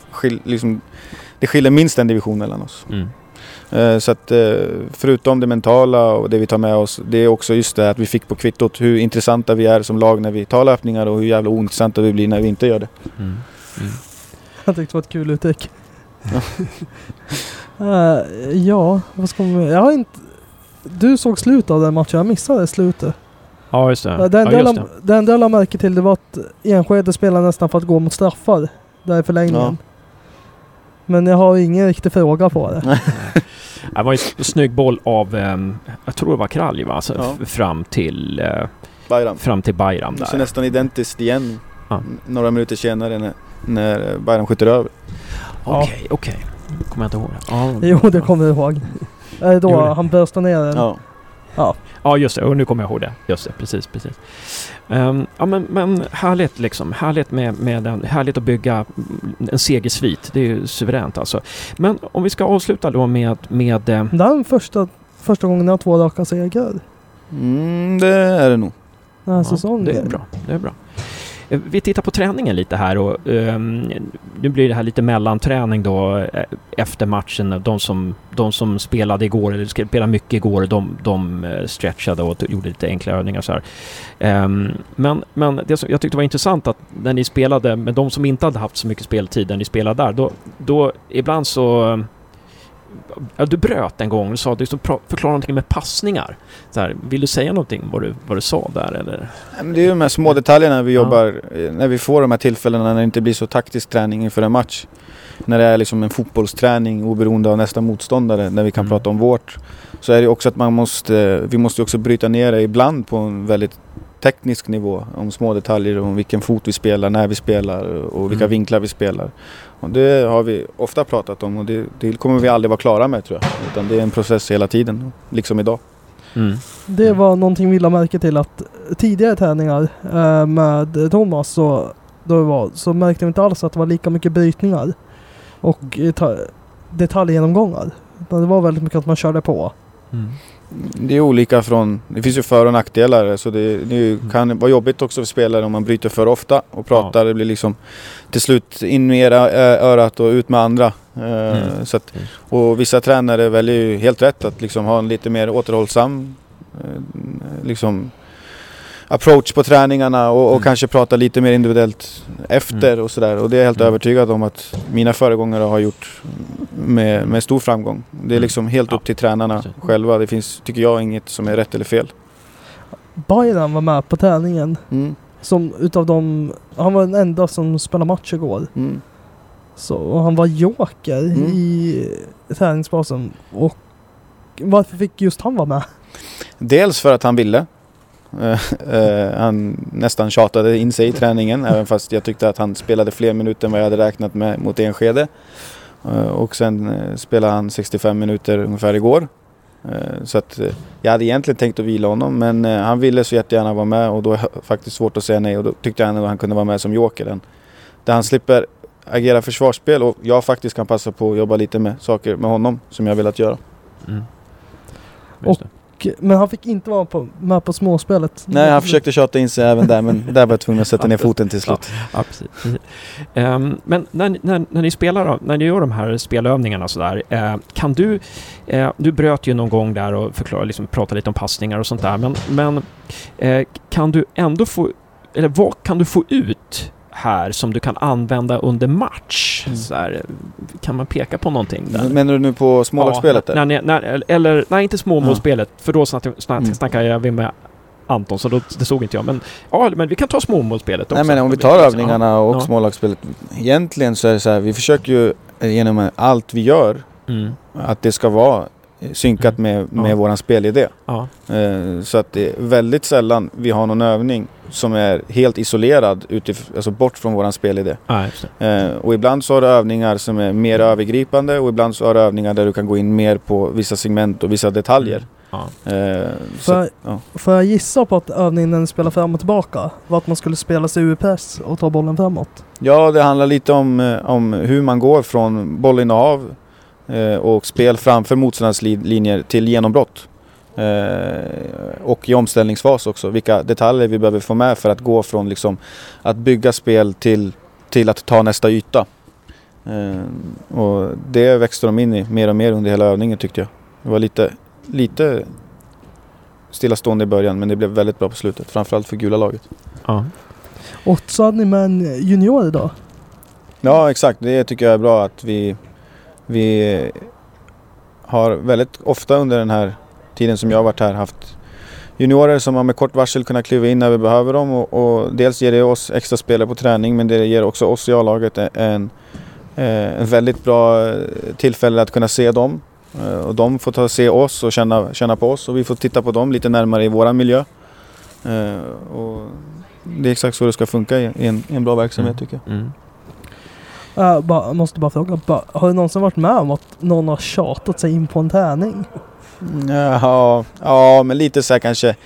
det skiljer minst en division mellan oss. Så att förutom det mentala och det vi tar med oss, det är också just det att vi fick på kvittot hur intressanta vi är som lag när vi tar löpningar och hur jävla ointressanta vi blir när vi inte gör det. Jag tyckte det var ett kul uttryck. Vad ska man... Jag har inte... Du såg slutet av den matchen, jag missade slutet. Ja, just det. Det enda jag la märke till, det var att Enskede spelade nästan för att gå mot straffar där i förlängningen. Men jag har ingen riktig fråga på det. Det var en snygg boll av, jag tror det var Kralj, va? Alltså, fram till Bayram där. Så nästan identiskt igen några minuter senare när Bayram skjuter över. Okej. Kommer jag inte ihåg det. Jo, det kommer jag ihåg. Då han börstade ner den. Ja, just det. Och nu kommer jag ihåg det. Just det, precis. Ja, men härligt liksom. Härligt med den. Härligt att bygga en segersvit. Det är ju suveränt alltså. Men om vi ska avsluta då med Det är första gången jag har 2 raka segrar. Det är det nog. Den här säsongen. Det är bra. Vi tittar på träningen lite här och nu blir det här lite mellanträning då efter matchen. De som spelade igår eller spelade mycket igår, de stretchade och gjorde lite enkla övningar så här. Men det som jag tyckte var intressant att när ni spelade med de som inte hade haft så mycket speltid när ni spelade där, då ibland så du bröt en gång och sa du förklara någonting med passningar. Så här, vill du säga någonting vad du sa där eller? Det är ju de här små detaljerna vi jobbar när vi får de här tillfällena när det inte blir så taktisk träning inför en match. När det är liksom en fotbollsträning oberoende av nästa motståndare när vi kan prata om vårt. Så är det också att vi måste också bryta ner det ibland på en väldigt teknisk nivå om små detaljer om vilken fot vi spelar, när vi spelar och vilka vinklar vi spelar. Och det har vi ofta pratat om och det kommer vi aldrig vara klara med tror jag. Utan det är en process hela tiden, liksom idag. Det var någonting vi la märke till att tidigare träningar med Thomas så märkte vi inte alls att det var lika mycket brytningar och detaljgenomgångar. Det var väldigt mycket att man körde på. Det är olika det finns ju för- och nackdelar så det kan vara jobbigt också för spelare om man bryter för ofta och pratar, det blir liksom till slut in med örat och ut med andra. Så att, och vissa tränare väljer ju helt rätt att liksom ha en lite mer återhållsam liksom approach på träningarna och kanske prata lite mer individuellt efter och sådär. Och det är jag helt övertygad om att mina föregångare har gjort med stor framgång. Det är liksom helt upp till tränarna själva. Det finns, tycker jag, inget som är rätt eller fel. Bayern var med på träningen. Som utav dem, han var den enda som spelade match igår. Så han var joker i träningsbasen. Och varför fick just han vara med? Dels för att han ville. Han nästan tjatade in sig i träningen även fast jag tyckte att han spelade fler minuter än vad jag hade räknat med mot Enskede. Och sen spelade han 65 minuter ungefär igår. Så att jag hade egentligen tänkt att vila honom men han ville så jättegärna vara med och då är det faktiskt svårt att säga nej och då tyckte jag att han kunde vara med som joker. Där han slipper agera försvarsspel och jag faktiskt kan passa på att jobba lite med saker med honom som jag velat göra. Men han fick inte vara med på småspelet. Nej, han försökte tjata in sig även där men där var jag tvungen att sätta ner foten till slut. Ja, precis. Men när ni spelar då, när ni gör de här spelövningarna så där, kan du bröt ju någon gång där och prata lite om passningar och sånt där men kan du ändå vad kan du få ut här som du kan använda under match? Så här, kan man peka på någonting där? Menar du nu på smålagsspelet? Nej, inte småmålsspelet. För då snackar jag med Anton, så det såg inte jag. Men vi kan ta småmålsspelet också. Nej, men om vi tar övningarna och smålagsspelet. Egentligen så är det så här, vi försöker ju genom allt vi gör att det ska vara synkat med våran spelidé. Så att det är väldigt sällan vi har någon övning som är helt isolerad alltså bort från våran spelidé. Och ibland så har du övningar som är mer övergripande och ibland så har du övningar där du kan gå in mer på vissa segment och vissa detaljer. Får jag gissa på att övningen när ni spelar fram och tillbaka var att man skulle spela sig ur press och ta bollen framåt? Ja, det handlar lite om hur man går från bollinnehav och spel framför motståndarens linjer till genombrott. Och i omställningsfas också. Vilka detaljer vi behöver få med för att gå från liksom, att bygga spel till att ta nästa yta. Och det växte de in i mer och mer under hela övningen tyckte jag. Det var lite stillastående i början men det blev väldigt bra på slutet. Framförallt för gula laget. Och så hade ni med en junior idag? Ja, exakt. Det tycker jag är bra att vi har väldigt ofta under den här tiden som jag har varit här haft juniorer som har med kort varsel kunnat kliva in när vi behöver dem och dels ger det oss extra spelare på träning men det ger också oss i A-laget en väldigt bra tillfälle att kunna se dem och de får se oss och känna på oss och vi får titta på dem lite närmare i våran miljö och det är exakt så det ska funka i en bra verksamhet tycker jag. Jag måste bara fråga, har du någonsin varit med om att någon har tjatat sig in på en träning? Ja, men lite så här kanske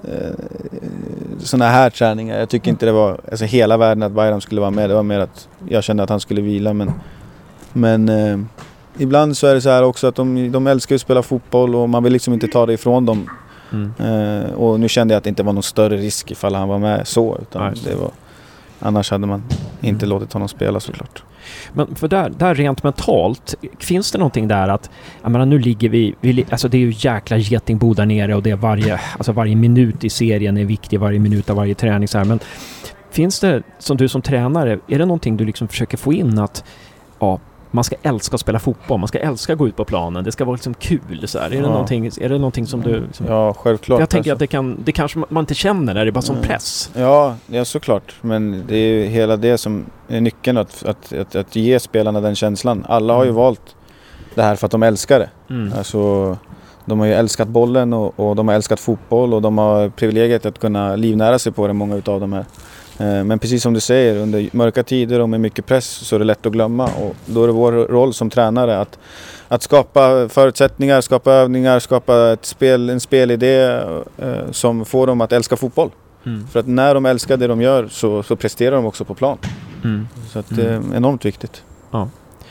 såna här träningar. Jag tycker inte det var alltså, hela världen att Bayram skulle vara med. Det var mer att jag kände att han skulle vila. Men ibland så är det så här också att de älskar att spela fotboll och man vill liksom inte ta det ifrån dem. Och nu kände jag att det inte var någon större risk ifall han var med så. Utan det var, annars hade man inte låtit honom spela såklart. Men för där rent mentalt, finns det någonting där att, jag menar, nu ligger vi alltså det är ju jäkla getingbo där nere och det är varje minut i serien är viktig, varje minut av varje träning så här, men finns det, som du som tränare, är det någonting du liksom försöker få in att man ska älska att spela fotboll, man ska älska att gå ut på planen, det ska vara liksom kul så här. Är det någonting som du liksom, ja, självklart. Jag tänker att det kanske man inte känner när det är bara som press. Ja, såklart, men det är ju hela det som är nyckeln att ge spelarna den känslan. Alla har ju valt det här för att de älskar det. Alltså, de har ju älskat bollen och de har älskat fotboll och de har privilegiet att kunna livnära sig på det, många utav de här. Men precis som du säger, under mörka tider och med mycket press så är det lätt att glömma, och då är det vår roll som tränare att skapa förutsättningar, skapa övningar, skapa en spelidé som får dem att älska fotboll. För att när de älskar det de gör så presterar de också på plan. Så att det är enormt viktigt. Ja.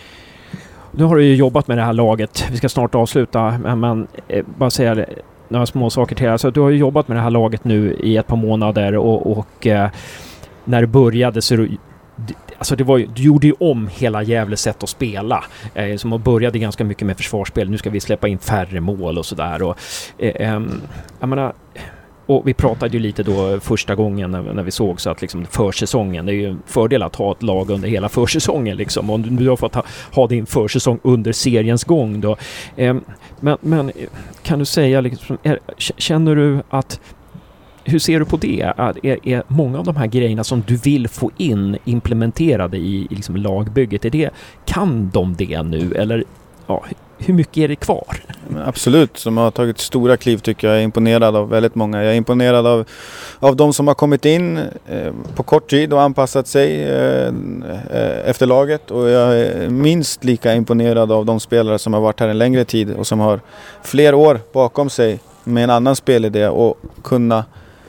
Nu har du ju jobbat med det här laget. Vi ska snart avsluta, men bara säga några små saker till. Alltså, du har ju jobbat med det här laget nu i ett par månader och när det började så alltså du gjorde ju om hela Gävles sätt att spela. Som började ganska mycket med försvarsspel. Nu ska vi släppa in färre mål och sådär. Och jag menar, och vi pratade ju lite då första gången när vi såg så att liksom försäsongen, det är ju en fördel att ha ett lag under hela försäsongen liksom. Och du har fått ha din försäsong under seriens gång då. Men kan du säga liksom, känner du att, hur ser du på det? Är många av de här grejerna som du vill få in implementerade i liksom lagbygget, kan de det nu? Eller hur mycket är det kvar? Absolut, som har tagit stora kliv tycker jag. Jag är imponerad av väldigt många. Jag är imponerad av de som har kommit in på kort tid och anpassat sig efter laget. Och jag är minst lika imponerad av de spelare som har varit här en längre tid och som har fler år bakom sig med en annan spelidé och kunna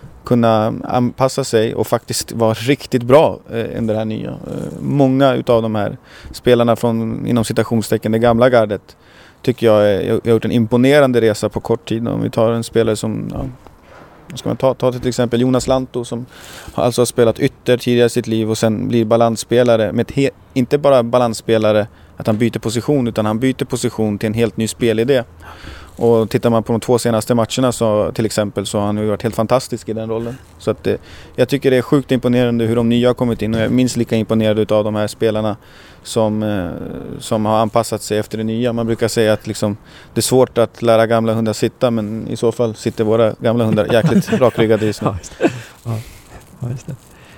anpassa sig och faktiskt vara riktigt bra under det här nya. Många utav de här spelarna från, inom citationstecken, det gamla gardet, tycker jag har gjort en imponerande resa på kort tid. Om vi tar en spelare som, ska man ta till exempel Jonas Lantto, som alltså har spelat ytter tidigare i sitt liv och sen blir balansspelare, med inte bara balansspelare att han byter position, utan han byter position till en helt ny spelidé. Och tittar man på de 2 senaste matcherna så till exempel, så har han ju varit helt fantastisk i den rollen. Så att jag tycker det är sjukt imponerande hur de nya har kommit in, och jag är minst lika imponerad av de här spelarna som har anpassat sig efter det nya. Man brukar säga att liksom, det är svårt att lära gamla hundar sitta, men i så fall sitter våra gamla hundar jäkligt rakryggade just nu. Ja, just det.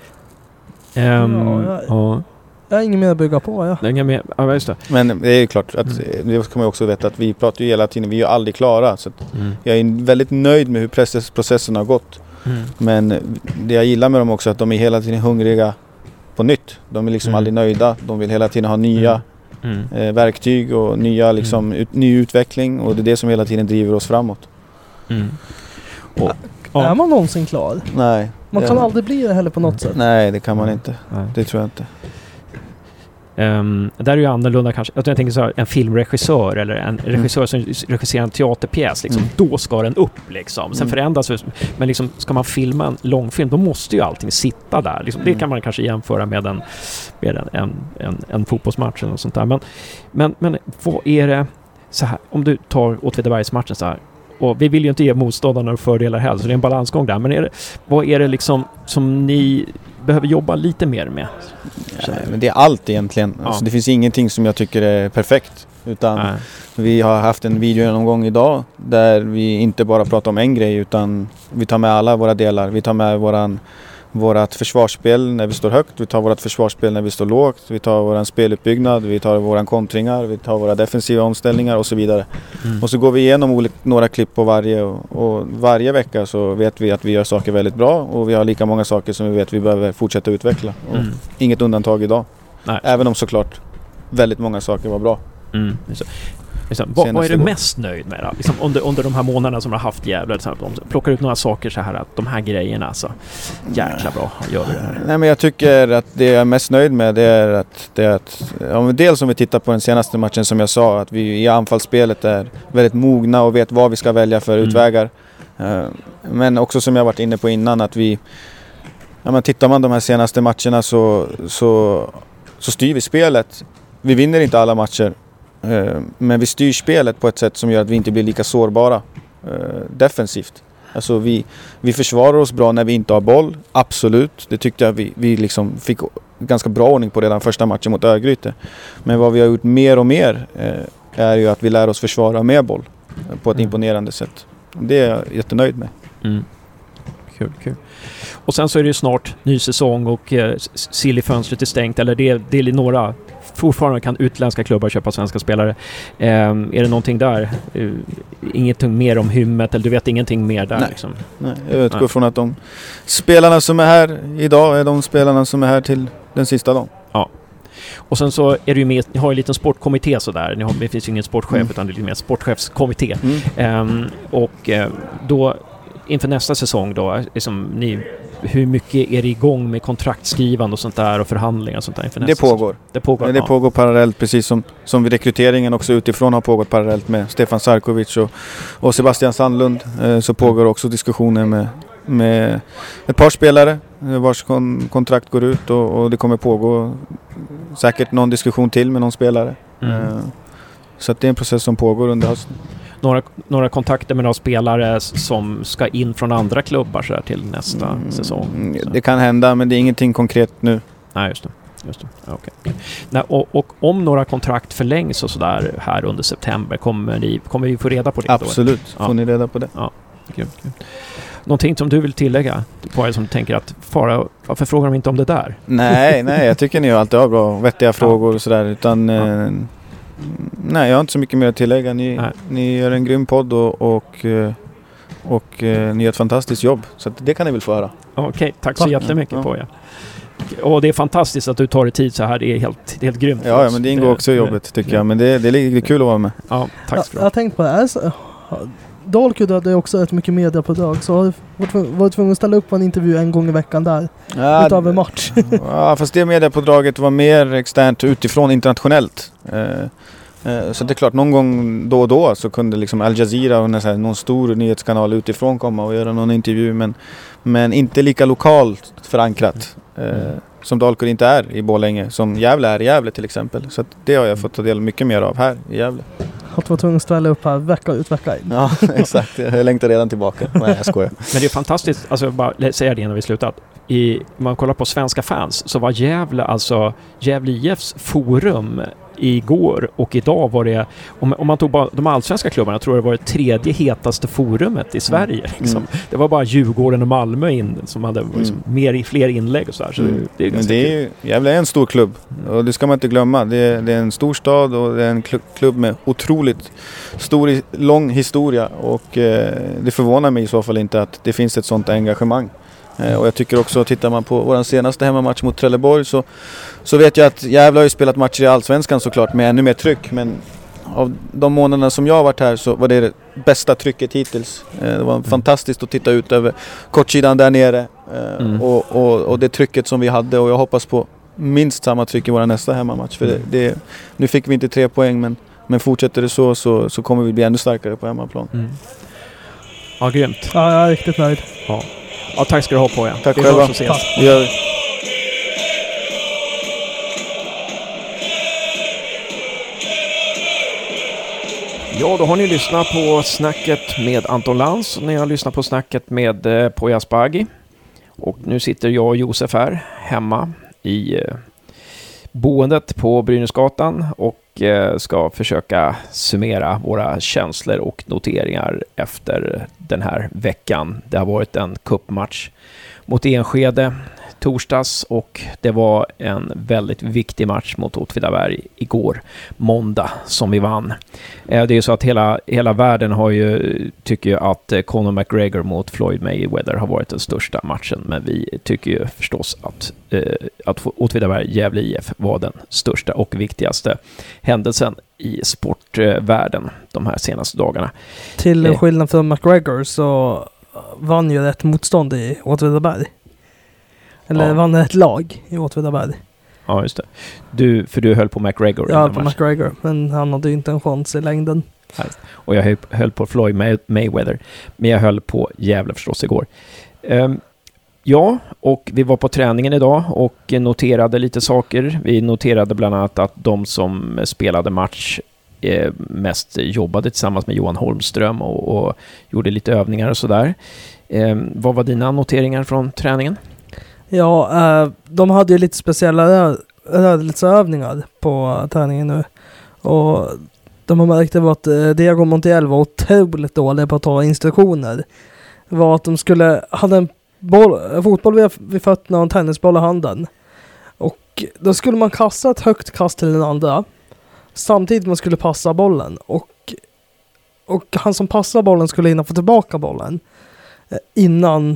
Jag har inget mer att bygga på. Ja, just det. Men det är ju klart att det ska man också veta att vi pratar ju hela tiden, vi är ju aldrig klara, så att jag är väldigt nöjd med hur processen har gått. Men det jag gillar med dem också är att de är hela tiden hungriga på nytt. De är liksom aldrig nöjda. De vill hela tiden ha nya verktyg och nya liksom ny utveckling, och det är det som hela tiden driver oss framåt. Är man någonsin klar? Nej. Man kan aldrig bli det heller på något sätt. Nej, det kan man inte. Det tror jag inte. Där är ju annorlunda kanske. Jag tänker så här, en filmregissör eller en regissör som regisserar en teaterpjäs liksom, då ska den upp liksom. Sen förändras, men liksom, ska man filma en långfilm, då måste ju allting sitta där liksom. Det kan man kanske jämföra med en fotbollsmatch eller något sånt där. Men vad är det så här, om du tar Åtvidabergsmatchen så här, och vi vill ju inte ge motståndarna fördelar heller, så det är en balansgång där. Men vad är det liksom som ni behöver jobba lite mer med? Men det är allt egentligen. Ja. Alltså, det finns ingenting som jag tycker är perfekt. Utan vi har haft en videogenomgång idag där vi inte bara pratar om en grej, utan vi tar med alla våra delar. Vi tar med vårat försvarsspel när vi står högt, vi tar vårat försvarsspel när vi står lågt, vi tar våran speluppbyggnad, vi tar våran kontringar, vi tar våra defensiva omställningar och så vidare. Och så går vi igenom några klipp på varje, och varje vecka så vet vi att vi gör saker väldigt bra, och vi har lika många saker som vi vet vi behöver fortsätta utveckla. Och inget undantag idag. Nej. Även om såklart väldigt många saker var bra. Liksom, vad är du mest nöjd med då? Liksom, under de här månaderna som du har haft Gävle, plockar ut några saker så här att de här grejerna, alltså, jäkla bra, gör vi det här. Nej, men jag tycker att det jag är mest nöjd med det är att dels om vi tittar på den senaste matchen som jag sa, att vi i anfallsspelet är väldigt mogna och vet vad vi ska välja för utvägar. Men också som jag varit inne på innan, att vi, tittar man de här senaste matcherna så styr vi spelet. Vi vinner inte alla matcher, men vi styr spelet på ett sätt som gör att vi inte blir lika sårbara defensivt. Alltså vi försvarar oss bra när vi inte har boll, absolut. Det tyckte jag vi liksom fick ganska bra ordning på redan första matchen mot Örgryte. Men vad vi har gjort mer och mer är ju att vi lär oss försvara med boll på ett imponerande sätt. Det är jag jättenöjd med. Kul. Och sen så är det ju snart ny säsong och Silly-fönstret är stängt, eller det är några. Fortfarande kan utländska klubbar köpa svenska spelare. Är det någonting där? Ingenting mer om hymmet, eller du vet ingenting mer där? Nej, liksom. Nej, jag utgår från att de spelarna som är här idag är de spelarna som är här till den sista dagen. Ja. Och sen så är det ju med, ni har en liten sportkommitté sådär. Det finns ju ingen sportchef utan det är lite mer sportchefskommitté. Då inför nästa säsong då, liksom, hur mycket är det igång med kontraktskrivande och sånt där och förhandlingar och sånt där inför nästa säsong? Det pågår parallellt, precis som vid rekryteringen också utifrån har pågått parallellt med Stefan Sarkovic och Sebastian Sandlund, så pågår också diskussioner med ett par spelare vars kontrakt går ut och det kommer pågå säkert någon diskussion till med någon spelare. Så att det är en process som pågår under hösten. Några kontakter med några spelare som ska in från andra klubbar så här till nästa säsong? Så. Det kan hända, men det är ingenting konkret nu. Nej, just det. Okay. Nej, och om några kontrakt förlängs och sådär här under september, kommer vi få reda på det? Absolut, får ni reda på det. Ja, kul. Någonting som du vill tillägga på er som tänker att varför frågar de inte om det där? Nej, jag tycker ni alltid har bra vettiga frågor och sådär, utan nej, jag har inte så mycket mer att tillägga. Ni gör en grym podd och ni gör ett fantastiskt jobb, så att det kan ni väl få höra. Okej, tack så jättemycket på er. Och det är fantastiskt att du tar dig tid så här, det är helt grymt. Ja, men det ingår också i jobbet tycker jag, men det är kul att vara med. Ja, tack så jag har tänkt på det här. Dalkurd hade också rätt mycket mediaprodrag, så har du varit tvungen att ställa upp på en intervju en gång i veckan där utav en match. Ja, fast det mediapådraget var mer externt utifrån internationellt. Så det är klart, någon gång då och då så kunde liksom Al Jazeera och någon stor nyhetskanal utifrån komma och göra någon intervju, men inte lika lokalt förankrat som Dalkurd inte är i Borlänge, som Gävle är i Gävle till exempel. Så att det har jag fått ta del mycket mer av här i Gävle. Att vara tvungen att ställa upp här vecka ut, vecka in. Ja, exakt. Jag längtar redan tillbaka. Nej, jag skojar. Men det är fantastiskt, alltså jag bara säger det innan vi slutar. Om man kollar på svenska fans så var Gävle IFs forum igår och idag var det, om man tog bara de allsvenska klubbarna, tror jag det var det tredje hetaste forumet i Sverige. Liksom. Det var bara Djurgården och Malmö som hade liksom fler inlägg och så här. Så det är ganska kul. Gävle är en stor klubb och det ska man inte glömma. Det är en stor stad och det är en klubb med otroligt lång historia, och det förvånar mig i så fall inte att det finns ett sånt engagemang. Och jag tycker också, tittar man på vår senaste hemmamatch mot Trelleborg så vet jag att Gävle har ju spelat matcher i Allsvenskan såklart med ännu mer tryck, men av de månaderna som jag har varit här så var det bästa trycket hittills. Det var fantastiskt att titta ut över kortsidan där nere och det trycket som vi hade, och jag hoppas på minst samma tryck i vår nästa hemmamatch, för nu fick vi inte 3 poäng, men fortsätter det så kommer vi bli ännu starkare på hemmaplan. Ja, grymt. Ja, jag är riktigt nöjd. Ja, tack ska du ha på er. Tack själva. Det gör vi. Ja, då har ni lyssnat på snacket med Anton Lantz. Ni har lyssnat på snacket med Poya Asbaghi. Och nu sitter jag och Josef här hemma i boendet på Brynäsgatan och ska försöka summera våra känslor och noteringar efter den här veckan. Det har varit en cupmatch mot Enskede torsdags och det var en väldigt viktig match mot Åtvidaberg igår, måndag, som vi vann. Det är ju så att hela världen har ju, tycker ju att Conor McGregor mot Floyd Mayweather har varit den största matchen, men vi tycker ju förstås att Åtvidaberg Gävle IF var den största och viktigaste händelsen i sportvärlden de här senaste dagarna. Till skillnad från McGregor så vann ju ett motstånd i Åtvidaberg. Eller vann ett lag i Åtvidaberg. Ja, just det. För du höll på McGregor. Ja, på McGregor. Men han hade ju inte en chans i längden. Och jag höll på Floyd Mayweather. Men jag höll på Gävle förstås igår. Ja, och vi var på träningen idag och noterade lite saker. Vi noterade bland annat att de som spelade match mest jobbade tillsammans med Johan Holmström och gjorde lite övningar och sådär. Vad var dina noteringar från träningen? Ja, de hade ju lite speciella rörelseövningar på träningen nu. Och de har märkt att Diego Montiel var otroligt dålig på att ta instruktioner. Det var att de hade en fotboll vid fötterna och en tennisboll i handen. Och då skulle man kasta ett högt kast till den andra. Samtidigt man skulle passa bollen. Och han som passar bollen skulle hinna få tillbaka bollen. Innan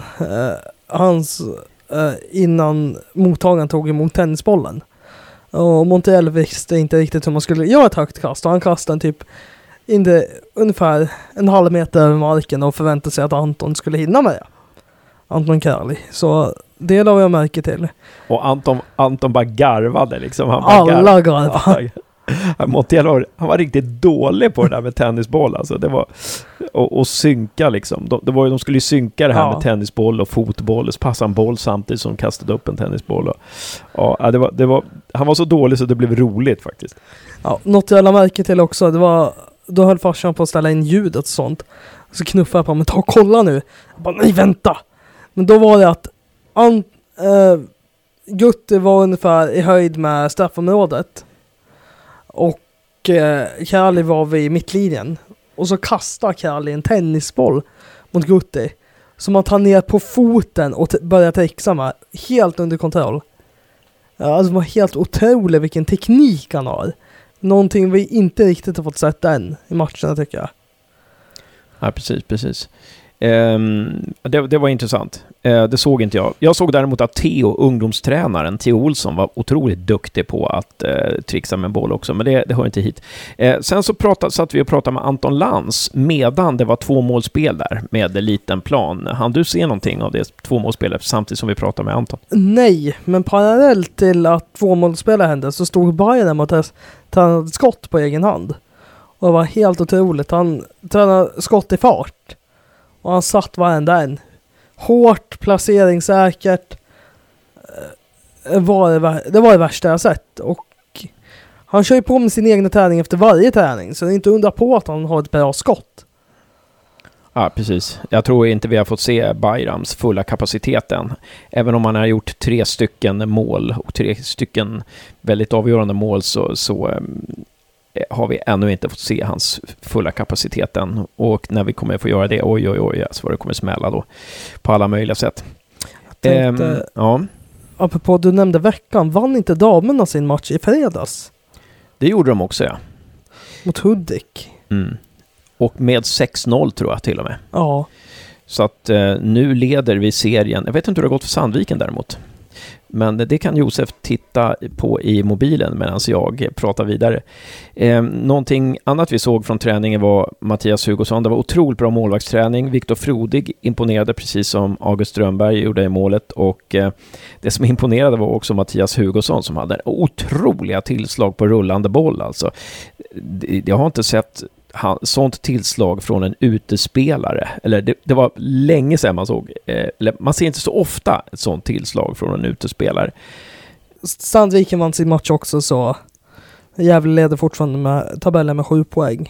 mottagaren tog emot tennisbollen. Och Montiel visste inte riktigt hur man skulle göra ett högt kast. Och han kastade typ ungefär en halv meter över marken och förväntade sig att Anton skulle hinna med det. Anton Kärli. Så det la jag märke till. Och Anton bara garvade liksom. Alla garvade. Montiel han var riktigt dålig på det där med tennisboll. Alltså. Det var och synka liksom. De skulle ju synka det här med tennisboll och fotboll. Så passade en boll samtidigt som de kastade upp en tennisboll. Han var så dålig så det blev roligt faktiskt. Ja, något jag la märke till också, det var då höll farsan på att ställa in ljudet och sånt. Så knuffade jag på mig, ta och kolla nu. Jag bara, nej vänta. Men då var det att Gutte var ungefär i höjd med straffområdet. Och Kärli var vid mittlinjen. Och så kastar Kärli en tennisboll mot Gutti. Som man tar ner på foten och börjar trixa med. Helt under kontroll. Alltså det var helt otroligt vilken teknik han har. Någonting vi inte riktigt har fått sett än i matcherna tycker jag. Ja, precis. Det var intressant. Det såg inte jag. Jag såg däremot att ungdomstränaren Theo Olsson var otroligt duktig på att trixa med en boll också, men det hör inte hit. Sen så satt vi och pratade med Anton Lantz medan det var 2-målsspel där med liten plan. Han du se någonting av det 2-målsspelet samtidigt som vi pratade med Anton? Nej, men parallellt till att 2-målsspelet hände så stod Bayern mot ett skott på egen hand. Och det var helt otroligt. Han tränade skott i fart. Och han satt varenda en. Hårt, placeringssäkert. Det var det värsta jag sett. Och han kör ju på med sin egen träning efter varje träning. Så det är inte undra på att han har ett bra skott. Ja, precis. Jag tror inte vi har fått se Bayrams fulla kapacitet än. Även om han har gjort 3 stycken mål och 3 stycken väldigt avgörande mål så har vi ännu inte fått se hans fulla kapacitet än. Och när vi kommer få göra det, oj, så det kommer smälla då på alla möjliga sätt. Jag tänkte, apropå du nämnde veckan, vann inte damerna sin match i fredags? Det gjorde de också, ja. Mot Hudik. Och med 6-0 tror jag till och med. Ja. Så att nu leder vi serien. Jag vet inte hur det har gått för Sandviken däremot. Men det kan Josef titta på i mobilen medan jag pratar vidare. Någonting annat vi såg från träningen var Mattias Hugosson. Det var otroligt bra målvaktsträning. Viktor Frodig imponerade precis som August Strömberg gjorde i målet. Och det som imponerade var också Mattias Hugosson som hade otroliga tillslag på rullande boll. Alltså, jag har inte sett sånt tillslag från en utespelare. Eller det var länge sedan man såg. Man ser inte så ofta ett sånt tillslag från en utespelare. Sandviken vann sin match också, så Gävle leder fortfarande med tabellen med 7 poäng.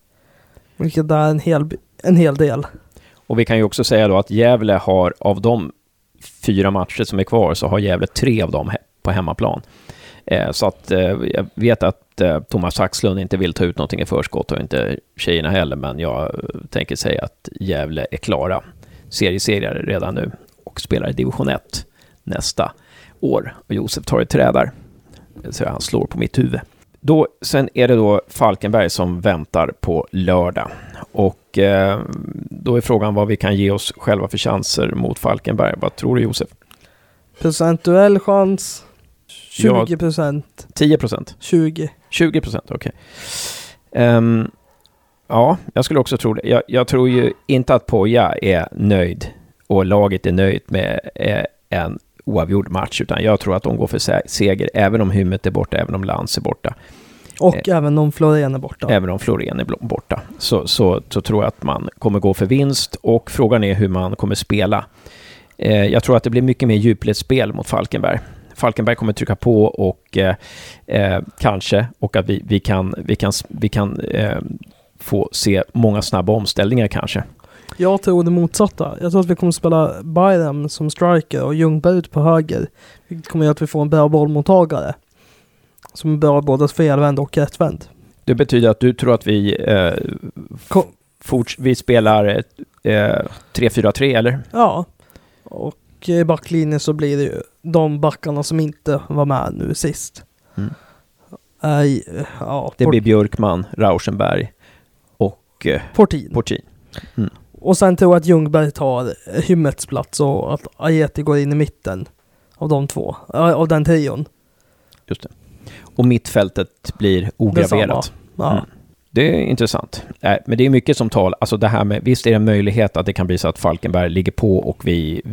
Vilket är en hel del. Och vi kan ju också säga då att Gävle har av de 4 matcher som är kvar så har Gävle 3 av dem på hemmaplan. Så att jag vet att Thomas Axlund inte vill ta ut någonting i förskott och inte tjejerna heller, men jag tänker säga att Gävle är klara serieserier redan nu och spelar i division 1 nästa år. Och Josef tar ett trädar så han slår på mitt huvud. Sen är det då Falkenberg som väntar på lördag. Och då är frågan vad vi kan ge oss själva för chanser mot Falkenberg. Vad tror du, Josef? Procentuell chans 20%. 10%? 20%, okej. Ja, jag skulle också tro det. Jag tror ju inte att Poja är nöjd och laget är nöjt med en oavgjord match, utan jag tror att de går för seger även om Hymmet är borta, även om Lantz är borta. Och även om Florén är borta. Även om Florén är borta. Så tror jag att man kommer gå för vinst, och frågan är hur man kommer spela. Jag tror att det blir mycket mer djupledsspel mot Falkenberg. Falkenberg kommer trycka på och kanske, och att vi kan få se många snabba omställningar kanske. Jag tror det motsatta. Jag tror att vi kommer spela Bayram som striker och Ljungberg ut på höger. Vilket kommer göra att vi får en bra bollmottagare som är bra både felvänd och rättvänd. Det betyder att du tror att vi spelar 3-4-3 eller? Ja, och i backlinjen så blir det ju de backarna som inte var med nu sist. Det blir Björkman, Rauschenberg och Portin. Och sen tror jag att Ljungberg tar Hymmets plats och att Ajeti går in i mitten av de två, av den trion. Just det. Och mittfältet blir ograverat. Ja. Det är intressant. Men det är mycket som tal. Alltså det här med, visst är det en möjlighet att det kan bli så att Falkenberg ligger på och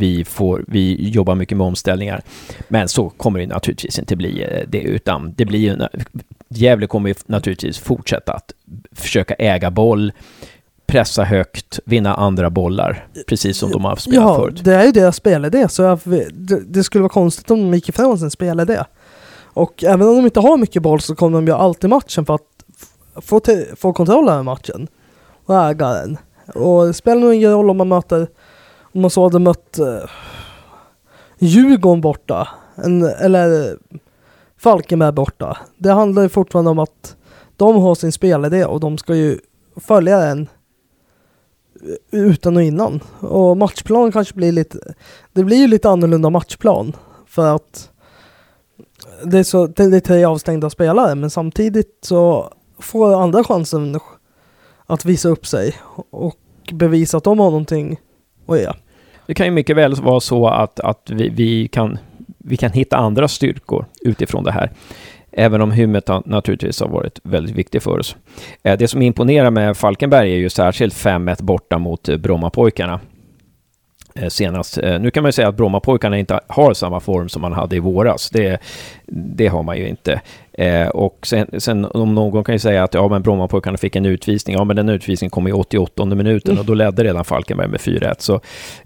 vi jobbar mycket med omställningar. Men så kommer det naturligtvis inte bli det, utan det blir ju, Gävle kommer ju naturligtvis fortsätta att försöka äga boll, pressa högt, vinna andra bollar, precis som de har spelat förut. Ja, det är ju deras spelidé, så det skulle vara konstigt om de gick ifrån sin spelidé. Och även om de inte har mycket boll så kommer de ju alltid matchen för att få kontroll över matchen och äga den. Och det spelar nog ingen roll om man så hade mött Djurgården borta eller Falkenberg borta. Det handlar ju fortfarande om att de har sin spelidé och de ska ju följa den utan och innan. Och matchplan kanske blir ju lite annorlunda matchplan för att det är 3 avstängda spelare, men samtidigt så får andra chansen att visa upp sig och bevisa att de har någonting att ge. Det kan ju mycket väl vara så att vi kan hitta andra styrkor utifrån det här. Även om Hymmet naturligtvis har varit väldigt viktigt för oss. Det som imponerar med Falkenberg är ju särskilt 5-1 borta mot Brommapojkarna. Senast. Nu kan man ju säga att Brommapojkarna inte har samma form som man hade i våras. Det har man ju inte. Och sen om någon kan ju säga att men Brommapojkarna fick en utvisning. Ja, men den utvisningen kom i 88:e minuten och då ledde redan Falkenberg med 4-1. Så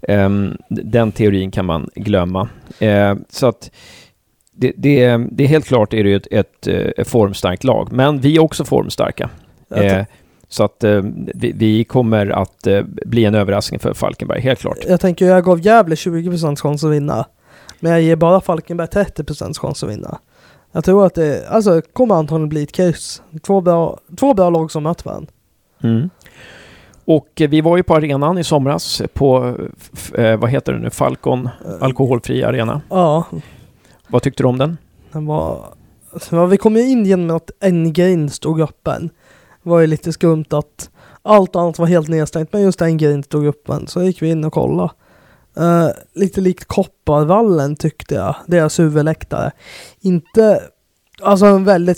den teorin kan man glömma. Så att det är helt klart är det ett formstarkt lag. Men vi är också formstarka. Så att vi kommer att bli en överraskning för Falkenberg, helt klart. Jag gav Gävle 20% chans att vinna. Men jag ger bara Falkenberg 30% chans att vinna. Jag tror att det kommer antagligen bli ett kryss. Två bra lag som möter varandra. Och vi var ju på arenan i somras på, vad heter det nu, Falcon, alkoholfri arena. Ja. Vad tyckte du om den? Vi kom ju in genom att en gren stod öppen. Det var ju lite skumt att allt annat var helt nedstängt, men just en gren stod öppen. Så gick vi in och kollade. Lite likt Kopparvallen tyckte jag. Deras huvudläktare. Inte, en väldigt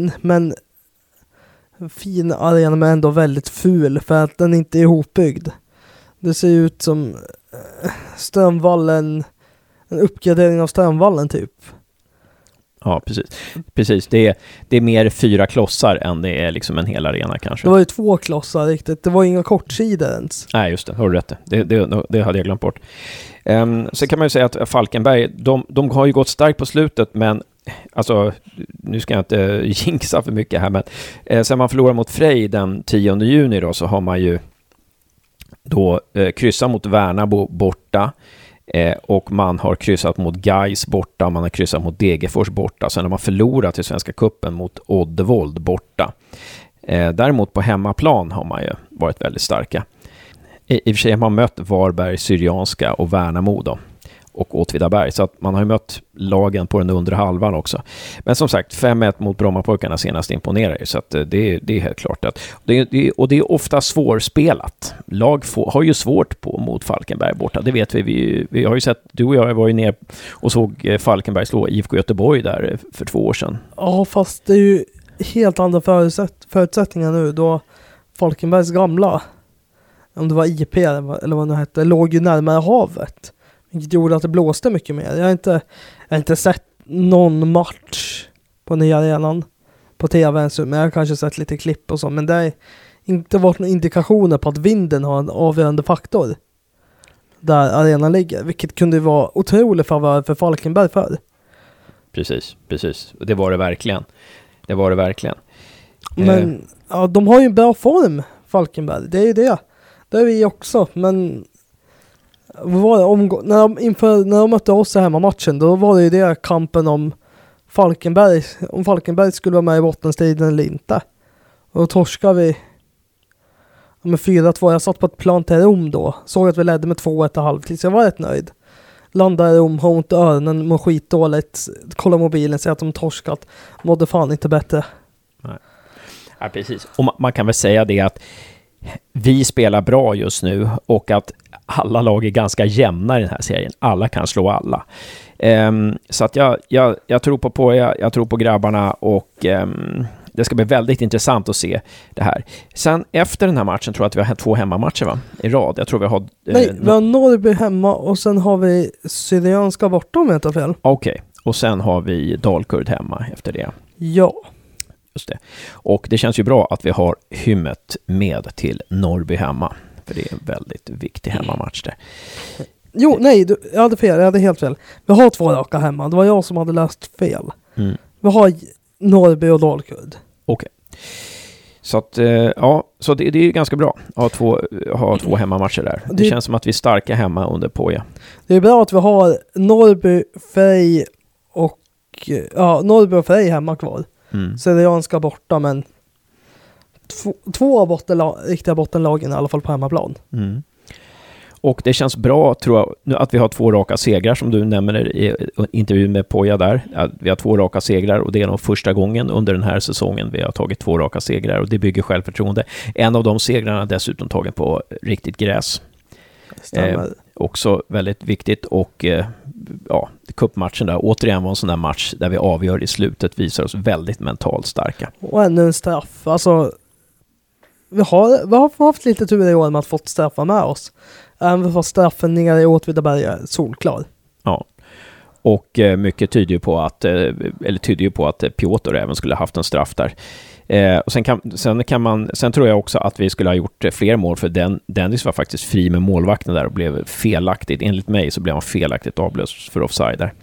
fin arena, men ändå väldigt ful för att den inte är ihopbyggd. Det ser ut som Strömvallen, en uppgradering av Strömvallen typ. Ja, precis. Det är mer 4 klossar än det är liksom en hel arena kanske. Det var ju 2 klossar riktigt. Det var inga kortsidor ens. Nej, just det. Har du rätt. Det hade jag glömt bort. Så kan man ju säga att Falkenberg, de har ju gått starkt på slutet, men nu ska jag inte jinxa för mycket här, men sen man förlorar mot Frej den 10 juni då, så har man ju då kryssat mot Värnabo borta. Och man har kryssat mot Gais borta, man har kryssat mot Degerfors borta. Sen har man förlorat i Svenska cupen mot Oddevold borta. Däremot på hemmaplan har man ju varit väldigt starka. I och för sig har man mött Varberg, Syrianska och Värnamo då. och Åtvidaberg. Så att man har ju mött lagen på den undre halvan också. Men som sagt, 5-1 mot Brommapojkarna senast imponerar ju. Så att det är helt klart att... Och det är ofta svårspelat. Lag har ju svårt mot Falkenberg borta. Det vet vi. Vi har ju sett... Du och jag var ju ner och såg Falkenberg slå IFK Göteborg där för 2 år sedan. Ja, fast det är ju helt andra förutsättningar nu då Falkenbergs gamla, om det var IP eller vad det hette, låg ju närmare havet. Vilket gjorde att det blåste mycket mer. Jag har inte sett någon match på nya arenan på tv, men jag har kanske sett lite klipp och så. Men det har inte varit några indikationer på att vinden har en avgörande faktor där arenan ligger. Vilket kunde vara otroligt favör för Falkenberg förr. Precis. Det var det verkligen. Men ja, de har ju en bra form, Falkenberg. Det är ju det. Det är vi också, men när de mötte oss i hemmamatchen, då var det ju det kampen om Falkenberg skulle vara med i bottenstriden eller inte. Och då torskade vi med 4-2. Jag satt på ett plan till Rom då. Såg att vi ledde med 2-1 och halvtid, så jag var rätt nöjd. Landade i Rom, har ont i öronen, mår skitdåligt. Kolla mobilen, ser att de torskat. Mådde fan inte bättre. Nej. Ja, precis. Och man kan väl säga det att vi spelar bra just nu och att alla lag är ganska jämna i den här serien. Alla kan slå alla. Så att jag tror på jag tror på grabbarna och det ska bli väldigt intressant att se det här. Sen efter den här matchen tror jag att vi har 2 hemmamatcher i rad. Jag tror vi har... Nej, vi har Norrby hemma och sen har vi Syrianska borta om jag inte har fel. Okej. Och sen har vi Dalkurd hemma efter det. Ja. Just det. Och det känns ju bra att vi har Hymmet med till Norrby hemma. För det är en väldigt viktig hemmamatch där. Jo, nej, jag hade fel. Jag hade helt fel. Vi har 2 raka hemma. Det var jag som hade läst fel. Vi har Norrby och Dalkurd. Okej. Så att, så det är ju ganska bra att ha 2 hemmamatcher där. Det känns som att vi är starka hemma under Poja. Det är bra att vi har Norrby, Frej och hemma kvar. Syrianska borta, men 2 av riktiga bottenlagen i alla fall på hemmaplan. Och det känns bra, tror jag, att vi har 2 raka segrar som du nämner i intervjun med Poja där. Vi har 2 raka segrar och det är nog första gången under den här säsongen vi har tagit 2 raka segrar och det bygger självförtroende. En av de segrarna dessutom tagen på riktigt gräs. Också väldigt viktigt och cupmatchen där återigen var en sån där match där vi avgör i slutet, visar oss väldigt mentalt starka. Och ännu en straff. Alltså vi har haft lite tur i år med att fått straffa med oss. Även för straffen nere i Åtvidaberg är solklar. Ja. Och mycket tyder ju på att Piotr även skulle ha haft en straff där. Och sen tror jag också att vi skulle ha gjort fler mål för Dennis var faktiskt fri med målvakten där och blev felaktigt, enligt mig så blev han felaktigt avblåst för offside där.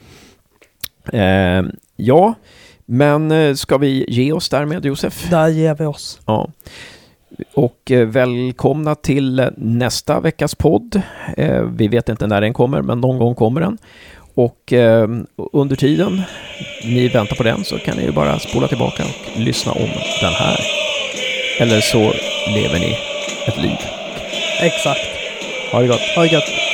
Men ska vi ge oss därmed, Josef? Där ger vi oss. Ja. Och välkomna till nästa veckas podd. Vi vet inte när den kommer, men någon gång kommer den. Och under tiden ni väntar på den så kan ni ju bara spola tillbaka och lyssna om den här. Eller så lever ni ett liv. Exakt. Ha det gott. Ha det gott.